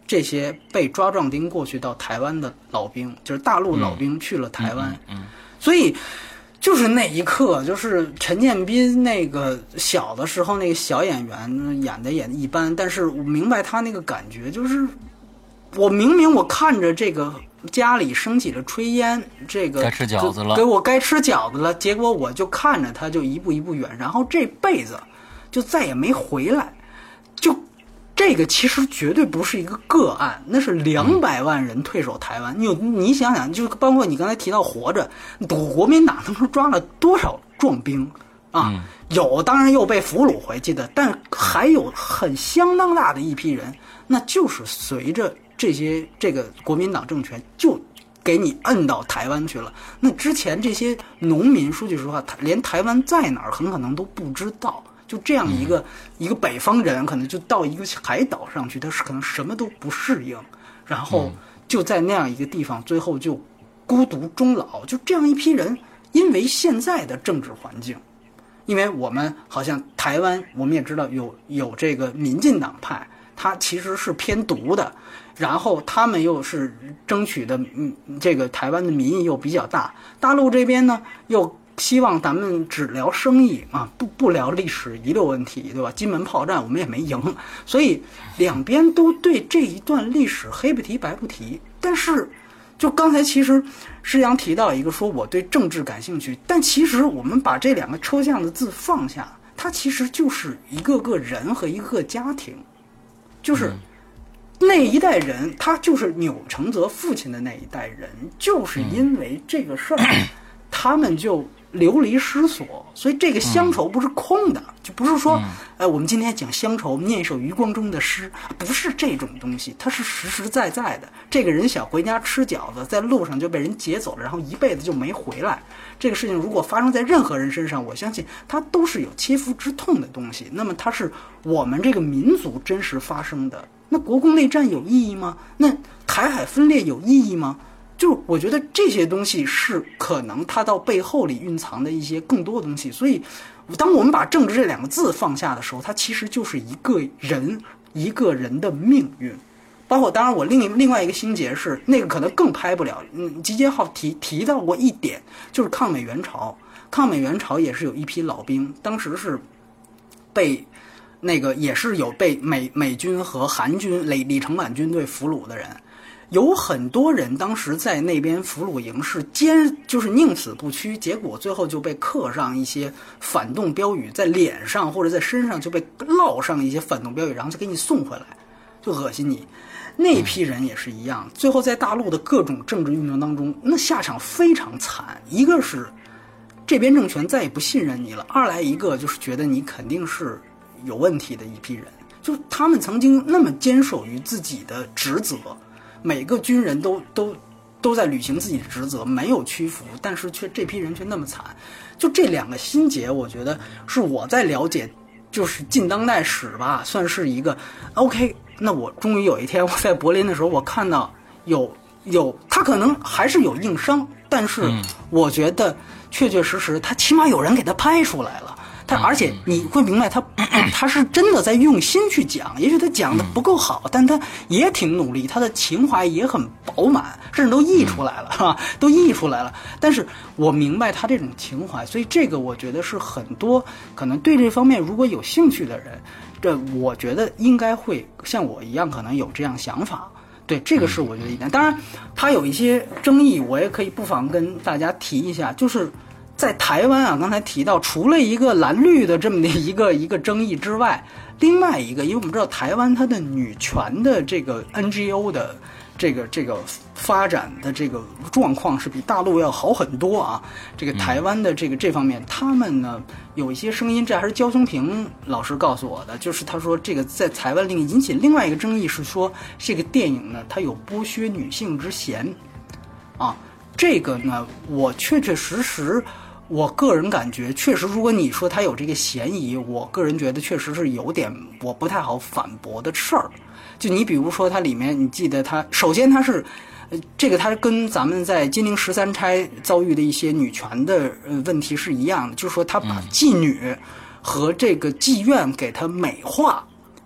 Speaker 2: 这些被抓壮丁过去到台湾的老兵，就是大陆老兵去了台湾，所以就是那一刻，就是陈建斌那个小的时候那个小演员演的也一般，但是我明白他那个感觉，就是我明明我看着这个家里升起了炊烟，这个
Speaker 1: 该吃饺子了，
Speaker 2: 给我该吃饺子了，结果我就看着他就一步一步远，然后这辈子就再也没回来，就这个其实绝对不是一个个案，那是200万人退守台湾。你想想，就包括你刚才提到活着，国民党当时抓了多少壮兵啊？有当然又被俘虏回去的，但还有很相当大的一批人，那就是随着这个国民党政权就给你摁到台湾去了。那之前这些农民，说句实话，连台湾在哪儿很可能都不知道。就这样一个北方人，可能就到一个海岛上去，他是可能什么都不适应，然后就在那样一个地方，最后就孤独终老。就这样一批人，因为现在的政治环境，因为我们好像台湾，我们也知道有这个民进党派，他其实是偏独的，然后他们又是争取的，这个台湾的民意又比较大，大陆这边呢又希望咱们只聊生意啊，不聊历史遗留问题，对吧？金门炮战我们也没赢，所以两边都对这一段历史黑不提白不提。但是，就刚才其实施洋提到一个说我对政治感兴趣，但其实我们把这两个抽象的字放下，它其实就是一个个人和一个个家庭，就是那一代人，他就是钮承泽父亲的那一代人，就是因为这个事儿，他们就流离失所，所以这个乡愁不是空的，就不是说，我们今天讲乡愁，念一首余光中的诗，不是这种东西，它是实实在在的。这个人想回家吃饺子，在路上就被人劫走了，然后一辈子就没回来。这个事情如果发生在任何人身上，我相信它都是有切肤之痛的东西。那么它是我们这个民族真实发生的。那国共内战有意义吗？那台海分裂有意义吗？就我觉得这些东西是可能它到背后里蕴藏的一些更多的东西，所以当我们把政治这两个字放下的时候，它其实就是一个人的命运。包括当然我另外一个心结是那个可能更拍不了，集结号提到过一点，就是抗美援朝也是有一批老兵，当时是被那个也是有被美军和韩军李承晚军队俘虏的人。有很多人当时在那边俘虏营是就是宁死不屈，结果最后就被刻上一些反动标语，在脸上或者在身上就被烙上一些反动标语，然后就给你送回来，就恶心你。那批人也是一样，最后在大陆的各种政治运动当中，那下场非常惨。一个是这边政权再也不信任你了，二来一个就是觉得你肯定是有问题的一批人，就他们曾经那么坚守于自己的职责。每个军人都在履行自己的职责，没有屈服，但是这批人却那么惨。就这两个心结，我觉得是我在了解，就是近当代史吧，算是一个 OK。那我终于有一天，我在柏林的时候，我看到有他可能还是有硬伤，但是我觉得确确实实，他起码有人给他拍出来了。而且你会明白他是真的在用心去讲，也许他讲的不够好，但他也挺努力，他的情怀也很饱满，甚至都溢出来了，是吧？都溢出来了。但是我明白他这种情怀，所以这个我觉得是很多可能对这方面如果有兴趣的人，这我觉得应该会像我一样，可能有这样想法。对，这个是我觉得一点。当然，他有一些争议，我也可以不妨跟大家提一下，就是在台湾啊，刚才提到，除了一个蓝绿的这么的一个争议之外，另外一个，因为我们知道台湾它的女权的这个 NGO 的这个发展的这个状况是比大陆要好很多啊。这个台湾的这方面，他们呢有一些声音，这还是焦雄平老师告诉我的，就是他说这个在台湾引起另外一个争议是说，这个电影呢它有剥削女性之嫌啊。这个呢，我确确实实。我个人感觉，确实，如果你说他有这个嫌疑，我个人觉得确实是有点我不太好反驳的事儿。就你比如说，它里面你记得它，首先它是，这个它跟咱们在金陵13钗遭遇的一些女权的问题是一样的，就是说他把妓女和这个妓院给它美化，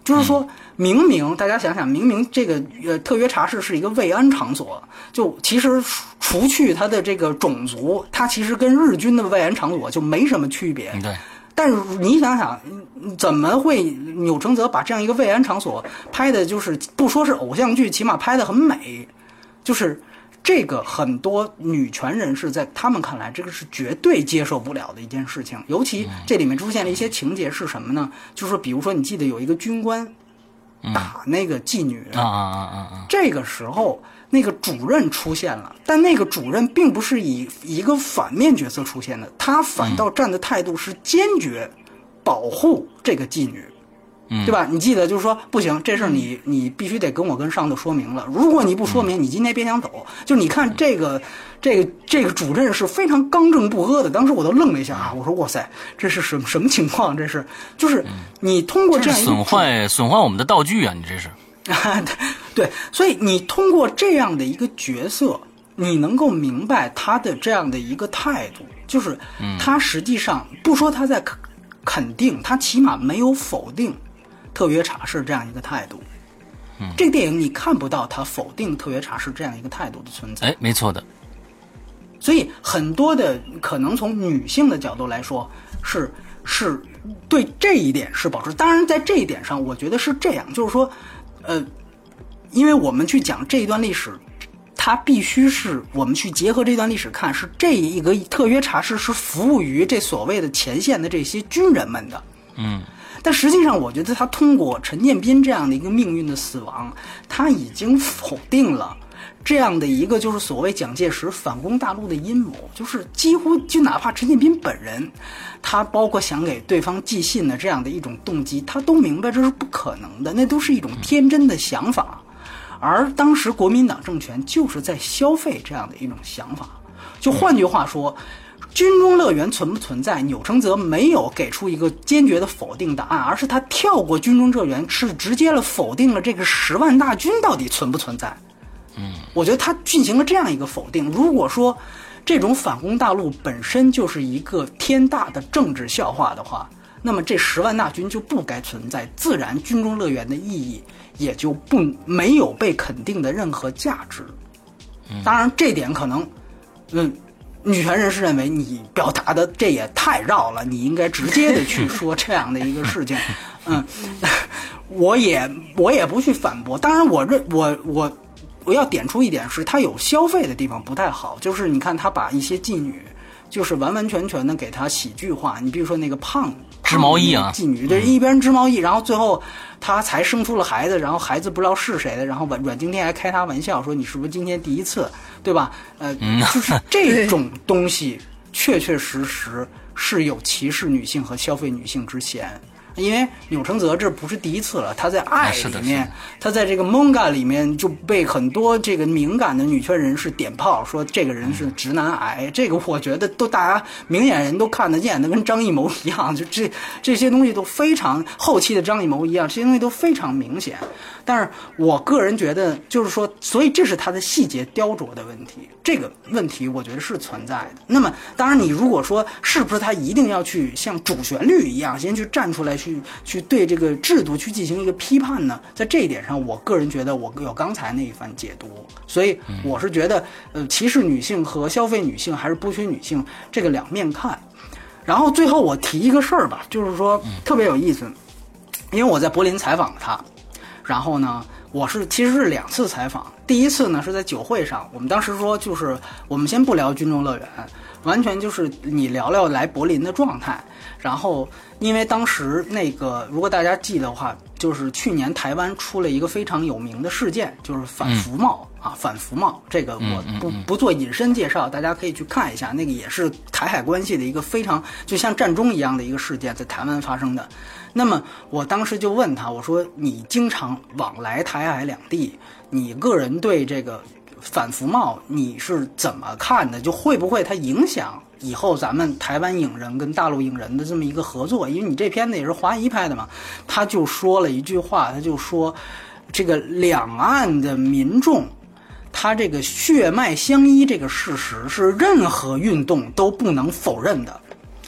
Speaker 2: 就是说明明大家想想，明明这个特约茶室是一个慰安场所，就其实除去它的这个种族，它其实跟日军的慰安场所就没什么区别。
Speaker 1: 对。
Speaker 2: 但是你想想，怎么会钮承泽把这样一个慰安场所拍的，就是不说是偶像剧，起码拍的很美，就是这个很多女权人士在他们看来，这个是绝对接受不了的一件事情。尤其这里面出现了一些情节是什么呢？就是说，比如说你记得有一个军官打那个妓女，这个时候那个主任出现了，但那个主任并不是以一个反面角色出现的，他反倒站的态度是坚决保护这个妓女。对吧？你记得就是说不行，这事儿你必须得跟上头说明了。如果你不说明，你今天别想走。就你看这个主任是非常刚正不阿的。当时我都愣了一下啊，我说哇塞，这是什么情况？这是就是你通过这样一个
Speaker 1: 损坏我们的道具啊！你这是
Speaker 2: 对，所以你通过这样的一个角色，你能够明白他的这样的一个态度，就是他实际上不说他在肯定，他起码没有否定特约茶室这样一个态度。这个电影你看不到他否定特约茶室这样一个态度的存在。
Speaker 1: 哎，没错的。
Speaker 2: 所以很多的可能从女性的角度来说，是对这一点是保持。当然，在这一点上，我觉得是这样，就是说，因为我们去讲这一段历史，它必须是我们去结合这段历史看，是这一个特约茶室是服务于这所谓的前线的这些军人们的。但实际上我觉得他通过陈建斌这样的一个命运的死亡，他已经否定了这样的一个就是所谓蒋介石反攻大陆的阴谋，就是几乎就哪怕陈建斌本人，他包括想给对方寄信的这样的一种动机，他都明白这是不可能的，那都是一种天真的想法。而当时国民党政权就是在消费这样的一种想法。就换句话说，军中乐园存不存在，钮承泽没有给出一个坚决的否定答案，而是他跳过军中乐园，是直接否定了这个10万大军到底存不存在。我觉得他进行了这样一个否定。如果说这种反攻大陆本身就是一个天大的政治笑话的话，那么这10万大军就不该存在，自然军中乐园的意义也就没有被肯定的任何价值。当然这点可能女权人士认为你表达的这也太绕了，你应该直接的去说这样的一个事情。我也不去反驳。当然我要点出一点是，他有消费的地方不太好，就是你看他把一些妓女就是完完全全的给他喜剧化。你比如说那个胖
Speaker 1: 织毛衣啊，
Speaker 2: 妓女，对，一边织毛衣，然后最后他才生出了孩子，然后孩子不知道是谁的，然后阮经天还开他玩笑说你是不是今天第一次，对吧？就是这种东西确确实实是有歧视女性和消费女性之嫌。因为钮承泽这不是第一次了，他在爱里面，他在这个 manga 里面就被很多这个敏感的女权人士点炮，说这个人是直男癌。这个我觉得都大家明眼人都看得见，的跟张艺谋一样，就这些东西都非常后期的张艺谋一样，这些东西都非常明显。但是我个人觉得就是说，所以这是他的细节雕琢的问题，这个问题我觉得是存在的。那么当然你如果说是不是他一定要去像主旋律一样先去站出来去对这个制度去进行一个批判呢？在这一点上，我个人觉得我有刚才那一番解读，所以我是觉得，歧视女性和消费女性还是剥削女性这个两面看。然后最后我提一个事儿吧，就是说特别有意思，因为我在柏林采访了他，然后呢，其实是2次采访。第一次呢是在酒会上，我们当时说就是我们先不聊军中乐园，完全就是你聊聊来柏林的状态。然后因为当时那个如果大家记得的话，就是去年台湾出了一个非常有名的事件，就是反服贸反服贸，这个我不做引申介绍，大家可以去看一下，那个也是台海关系的一个非常就像战中一样的一个事件，在台湾发生的。那么我当时就问他，我说你经常往来台海两地，你个人对这个反服贸你是怎么看的？就会不会它影响以后咱们台湾影人跟大陆影人的这么一个合作？因为你这片子也是华谊拍的嘛。他就说了一句话，他就说这个两岸的民众他这个血脉相依这个事实是任何运动都不能否认的。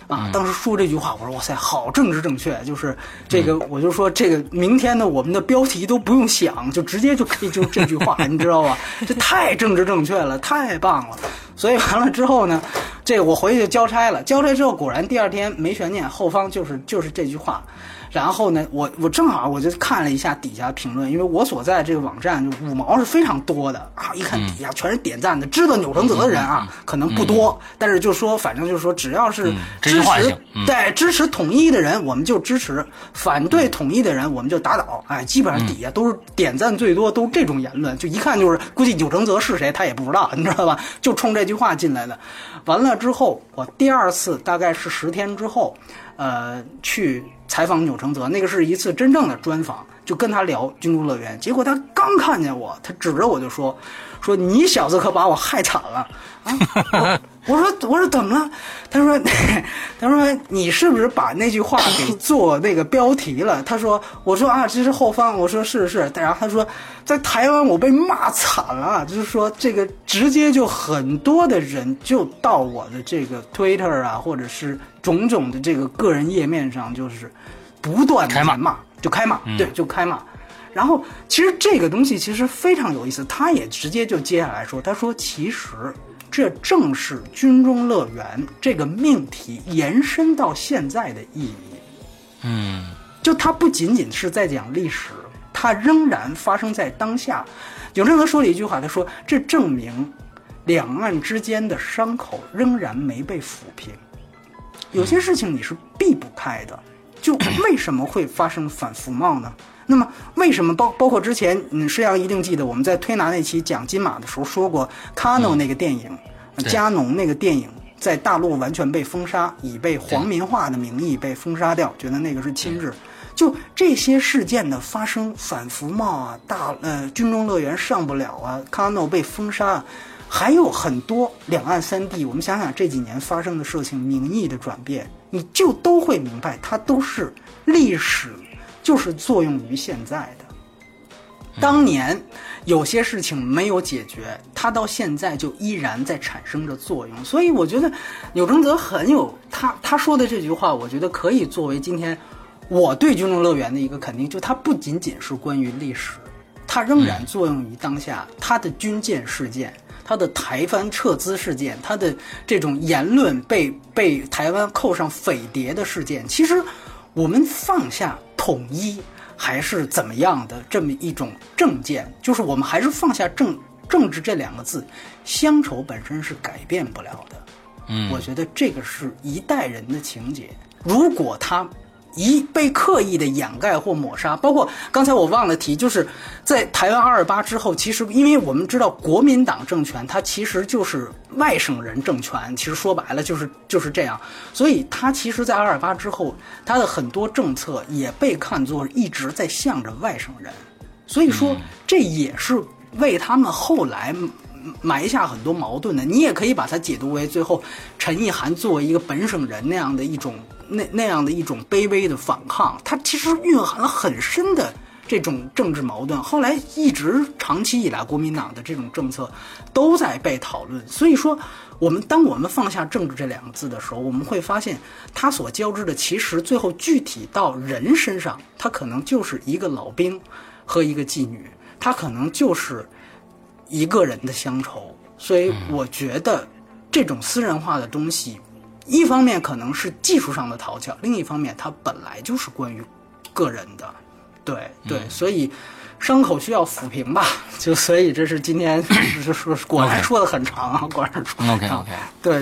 Speaker 2: 啊，当时说这句话，我说哇塞，好政治正确，就是这个，我就说这个明天呢，我们的标题都不用想，就直接就可以就这句话，你知道吧？这太政治正确了，太棒了。所以完了之后呢，这个我回去就交差了，交差之后果然第二天没悬念，后方就是这句话。然后呢，我正好我就看了一下底下评论，因为我所在这个网站就5毛是非常多的啊，一看底下全是点赞的，知道钮承泽的人啊可能不多，但是就说反正就是说只要是支持对支持统一的人我们就支持，反对统一的人我们就打倒，哎，基本上底下都是点赞最多，都是这种言论，就一看就是估计钮承泽是谁他也不知道，你知道吧？就冲这句话进来的。完了之后，我第二次大概是10天之后，去采访钮承泽，那个是一次真正的专访，就跟他聊军都乐园。结果他刚看见我，他指着我就说你小子可把我害惨了啊！我说怎么了？他说你是不是把那句话给做那个标题了？我说啊，这是后方。我说是。然后他说在台湾我被骂惨了，就是说这个直接就很多的人就到我的这个 Twitter 啊，或者是种种的这个个人页面上，就是不断的骂，就开骂，对，就开骂。然后其实这个东西其实非常有意思，他也直接就接下来说，他说其实这正是军中乐园这个命题延伸到现在的意义。就它不仅仅是在讲历史，它仍然发生在当下。钮承泽说了一句话，他说这证明两岸之间的伤口仍然没被抚平。有些事情你是避不开的，就为什么会发生反服贸呢？那么为什么包括之前施洋一定记得我们在推拿那期讲金马的时候说过，Kano 那个电影，加农那个电影在大陆完全被封杀，以被皇民化的名义被封杀掉，觉得那个是亲日。就这些事件的发生，反服贸啊，军中乐园上不了啊，Kano 被封杀，还有很多两岸三地，我们想想这几年发生的事情，民意的转变，你就都会明白，它都是历史，就是作用于现在的。当年有些事情没有解决，它到现在就依然在产生着作用。所以我觉得钮承泽很有他说的这句话，我觉得可以作为今天我对军中乐园的一个肯定，就它不仅仅是关于历史，它仍然作用于当下。它的军舰事件，它的台湾撤资事件，它的这种言论被台湾扣上匪谍的事件，其实我们放下统一还是怎么样的这么一种政见，就是我们还是放下政治这2个字，乡愁本身是改变不了的。我觉得这个是一代人的情节，如果他被刻意的掩盖或抹杀，包括刚才我忘了提，就是在台湾228之后，其实因为我们知道国民党政权它其实就是外省人政权，其实说白了就是这样，所以它其实在228之后，它的很多政策也被看作一直在向着外省人，所以说这也是为他们后来埋下很多矛盾的。你也可以把它解读为最后陈意涵作为一个本省人那样的一种卑微的反抗，它其实蕴含了很深的这种政治矛盾。后来一直长期以来国民党的这种政策都在被讨论，所以说当我们放下政治这2个字的时候，我们会发现它所交织的其实最后具体到人身上，它可能就是一个老兵和一个妓女，它可能就是一个人的乡愁。所以我觉得这种私人化的东西，一方面可能是技术上的讨巧，另一方面它本来就是关于个人的。对，所以伤口需要抚平吧，所以这是今天果然说的很长啊，果然说
Speaker 1: OK
Speaker 2: 对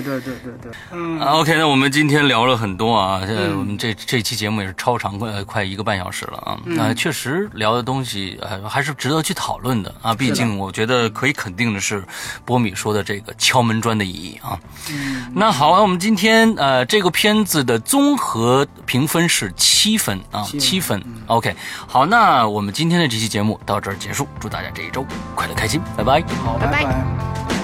Speaker 1: OK， 那我们今天聊了很多啊，我们这期节目也是超长，快1个半小时了啊。确实聊的东西还是值得去讨论的啊，毕竟我觉得可以肯定的是波米说的这个敲门砖的意义啊。那好啊，我们今天这个片子的综合评分是7分啊，7分。OK， 好，那我们今天的这期节目到这儿结束，祝大家这一周快乐开心，拜拜。
Speaker 2: 好，拜拜。